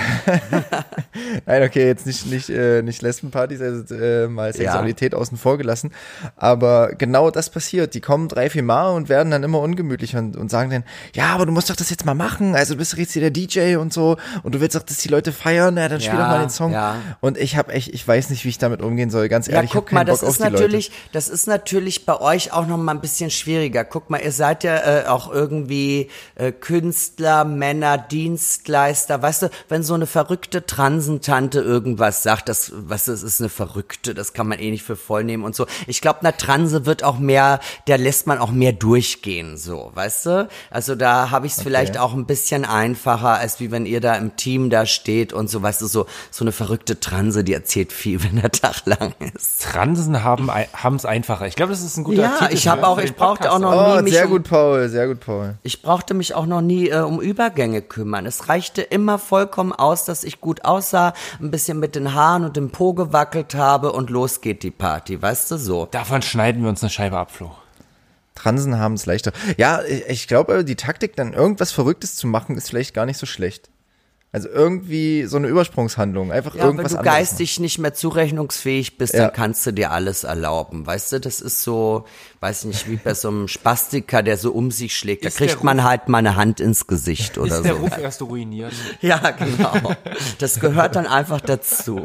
Nein, okay, jetzt nicht Lesbenpartys, also mal Sexualität außen vor gelassen. Aber genau das passiert. Die kommen 3-4 Mal und werden dann immer ungemütlicher und sagen dann, ja, aber du musst doch das jetzt mal machen. Also du bist doch jetzt hier der DJ und so und du willst doch, dass die Leute feiern. Ja, dann spiel doch mal den Song. Ja. Und ich weiß nicht, wie ich damit umgehen soll. Ganz ehrlich, ich hab keinen Bock auf die Leute. Das ist natürlich bei euch auch noch mal ein bisschen schwieriger. Guck mal, ihr seid ja auch irgendwie Künstler, Männer, Dienstleister. Weißt du, wenn so eine verrückte Transentante irgendwas sagt, das ist eine Verrückte, das kann man eh nicht für voll nehmen und so. Ich glaube, einer Transe wird auch mehr, der lässt man auch mehr durchgehen, so, weißt du? Also da habe ich es vielleicht auch ein bisschen einfacher, als wie wenn ihr da im Team da steht und so, weißt du, so eine verrückte Transe, die erzählt viel, wenn der Tag lang ist. Transen haben es einfacher. Ich glaube, das ist ein guter Titel. Ich brauchte auch noch nie sehr gut, Paul. Ich brauchte mich auch noch nie um Übergänge kümmern. Es reichte immer vollkommen aus, dass ich gut aussah, ein bisschen mit den Haaren und dem Po gewackelt habe und los geht die Party, weißt du, so. Davon schneiden wir uns eine Scheibe ab, Flo. Transen haben es leichter. Ja, ich glaube, die Taktik, dann irgendwas Verrücktes zu machen, ist vielleicht gar nicht so schlecht. Also irgendwie so eine Übersprungshandlung, einfach irgendwas anderes. Wenn du geistig nicht mehr zurechnungsfähig bist, dann kannst du dir alles erlauben. Weißt du, das ist so, weiß ich nicht, wie bei so einem Spastiker, der so um sich schlägt. Da kriegt man halt mal eine Hand ins Gesicht oder so. Ist der Ruf erst ruiniert? Ja, genau. Das gehört dann einfach dazu.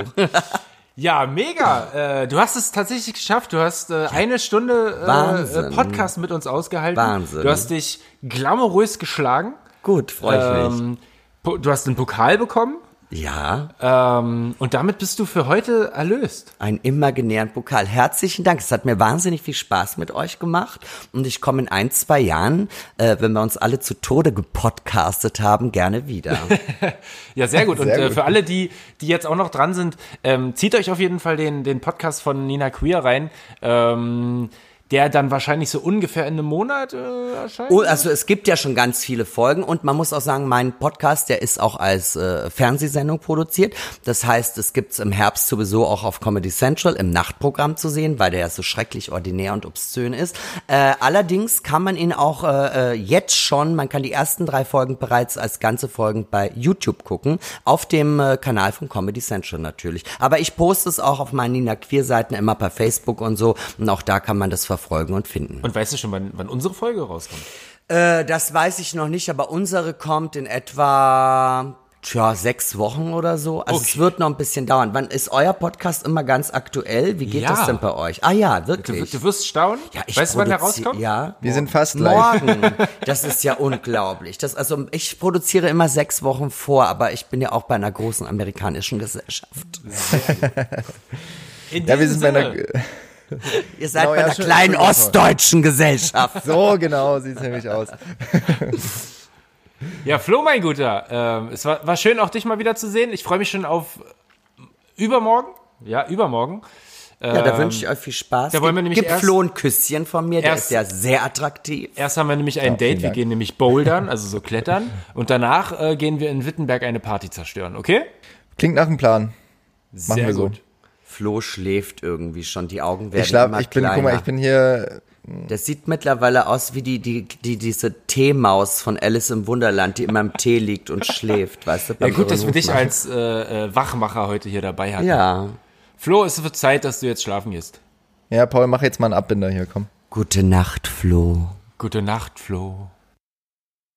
Ja, mega. Du hast es tatsächlich geschafft. Du hast eine Stunde Podcast mit uns ausgehalten. Wahnsinn. Du hast dich glamourös geschlagen. Gut, freue ich mich. Du hast einen Pokal bekommen. Ja. Und damit bist du für heute erlöst. Einen imaginären Pokal. Herzlichen Dank. Es hat mir wahnsinnig viel Spaß mit euch gemacht. Und ich komme in 1-2 Jahren, wenn wir uns alle zu Tode gepodcastet haben, gerne wieder. Ja, sehr gut. Und für alle, die jetzt auch noch dran sind, zieht euch auf jeden Fall den Podcast von Nina Queer rein. der dann wahrscheinlich so ungefähr in einem Monat erscheint. Oh, also es gibt ja schon ganz viele Folgen und man muss auch sagen, mein Podcast, der ist auch als Fernsehsendung produziert. Das heißt, es gibt's im Herbst sowieso auch auf Comedy Central im Nachtprogramm zu sehen, weil der ja so schrecklich ordinär und obszön ist. Allerdings kann man ihn auch jetzt schon, man kann die ersten 3 Folgen bereits als ganze Folgen bei YouTube gucken, auf dem Kanal von Comedy Central natürlich. Aber ich poste es auch auf meinen Nina Queer Seiten immer per Facebook und so und auch da kann man das verfolgen und finden. Und weißt du schon, wann unsere Folge rauskommt? Das weiß ich noch nicht, aber unsere kommt in etwa 6 Wochen oder so. Also es wird noch ein bisschen dauern. Wann ist euer Podcast immer ganz aktuell? Wie geht das denn bei euch? Ah ja, wirklich. Du wirst staunen. Ja, weißt du, wann der rauskommt? Ja. Wir sind fast live. Morgen. Das ist ja unglaublich. Also ich produziere immer 6 Wochen vor, aber ich bin ja auch bei einer großen amerikanischen Gesellschaft. Ja, wir sind bei einer... Ihr seid bei einer kleinen ostdeutschen Gesellschaft. So genau sieht's nämlich aus. Ja, Flo, mein Guter, es war schön, auch dich mal wieder zu sehen. Ich freue mich schon auf übermorgen. Ja, übermorgen. Ja, da wünsche ich euch viel Spaß. Da wollen wir nämlich Gib Flo ein Küsschen von mir, der ist ja sehr attraktiv. Erst haben wir nämlich ein Date, wir gehen nämlich bouldern, also so klettern. Und danach gehen wir in Wittenberg eine Party zerstören, okay? Klingt nach einem Plan. Machen wir so. Gut. Flo schläft irgendwie schon, die Augen werden immer kleiner. Guck mal, ich bin hier... Das sieht mittlerweile aus wie diese Teemaus von Alice im Wunderland, die immer im Tee liegt und schläft, weißt du? Ja gut, dass wir dich als Wachmacher heute hier dabei hatten. Ja. Flo, es wird Zeit, dass du jetzt schlafen gehst. Ja, Paul, mach jetzt mal einen Abbinder hier, komm. Gute Nacht, Flo. Gute Nacht, Flo.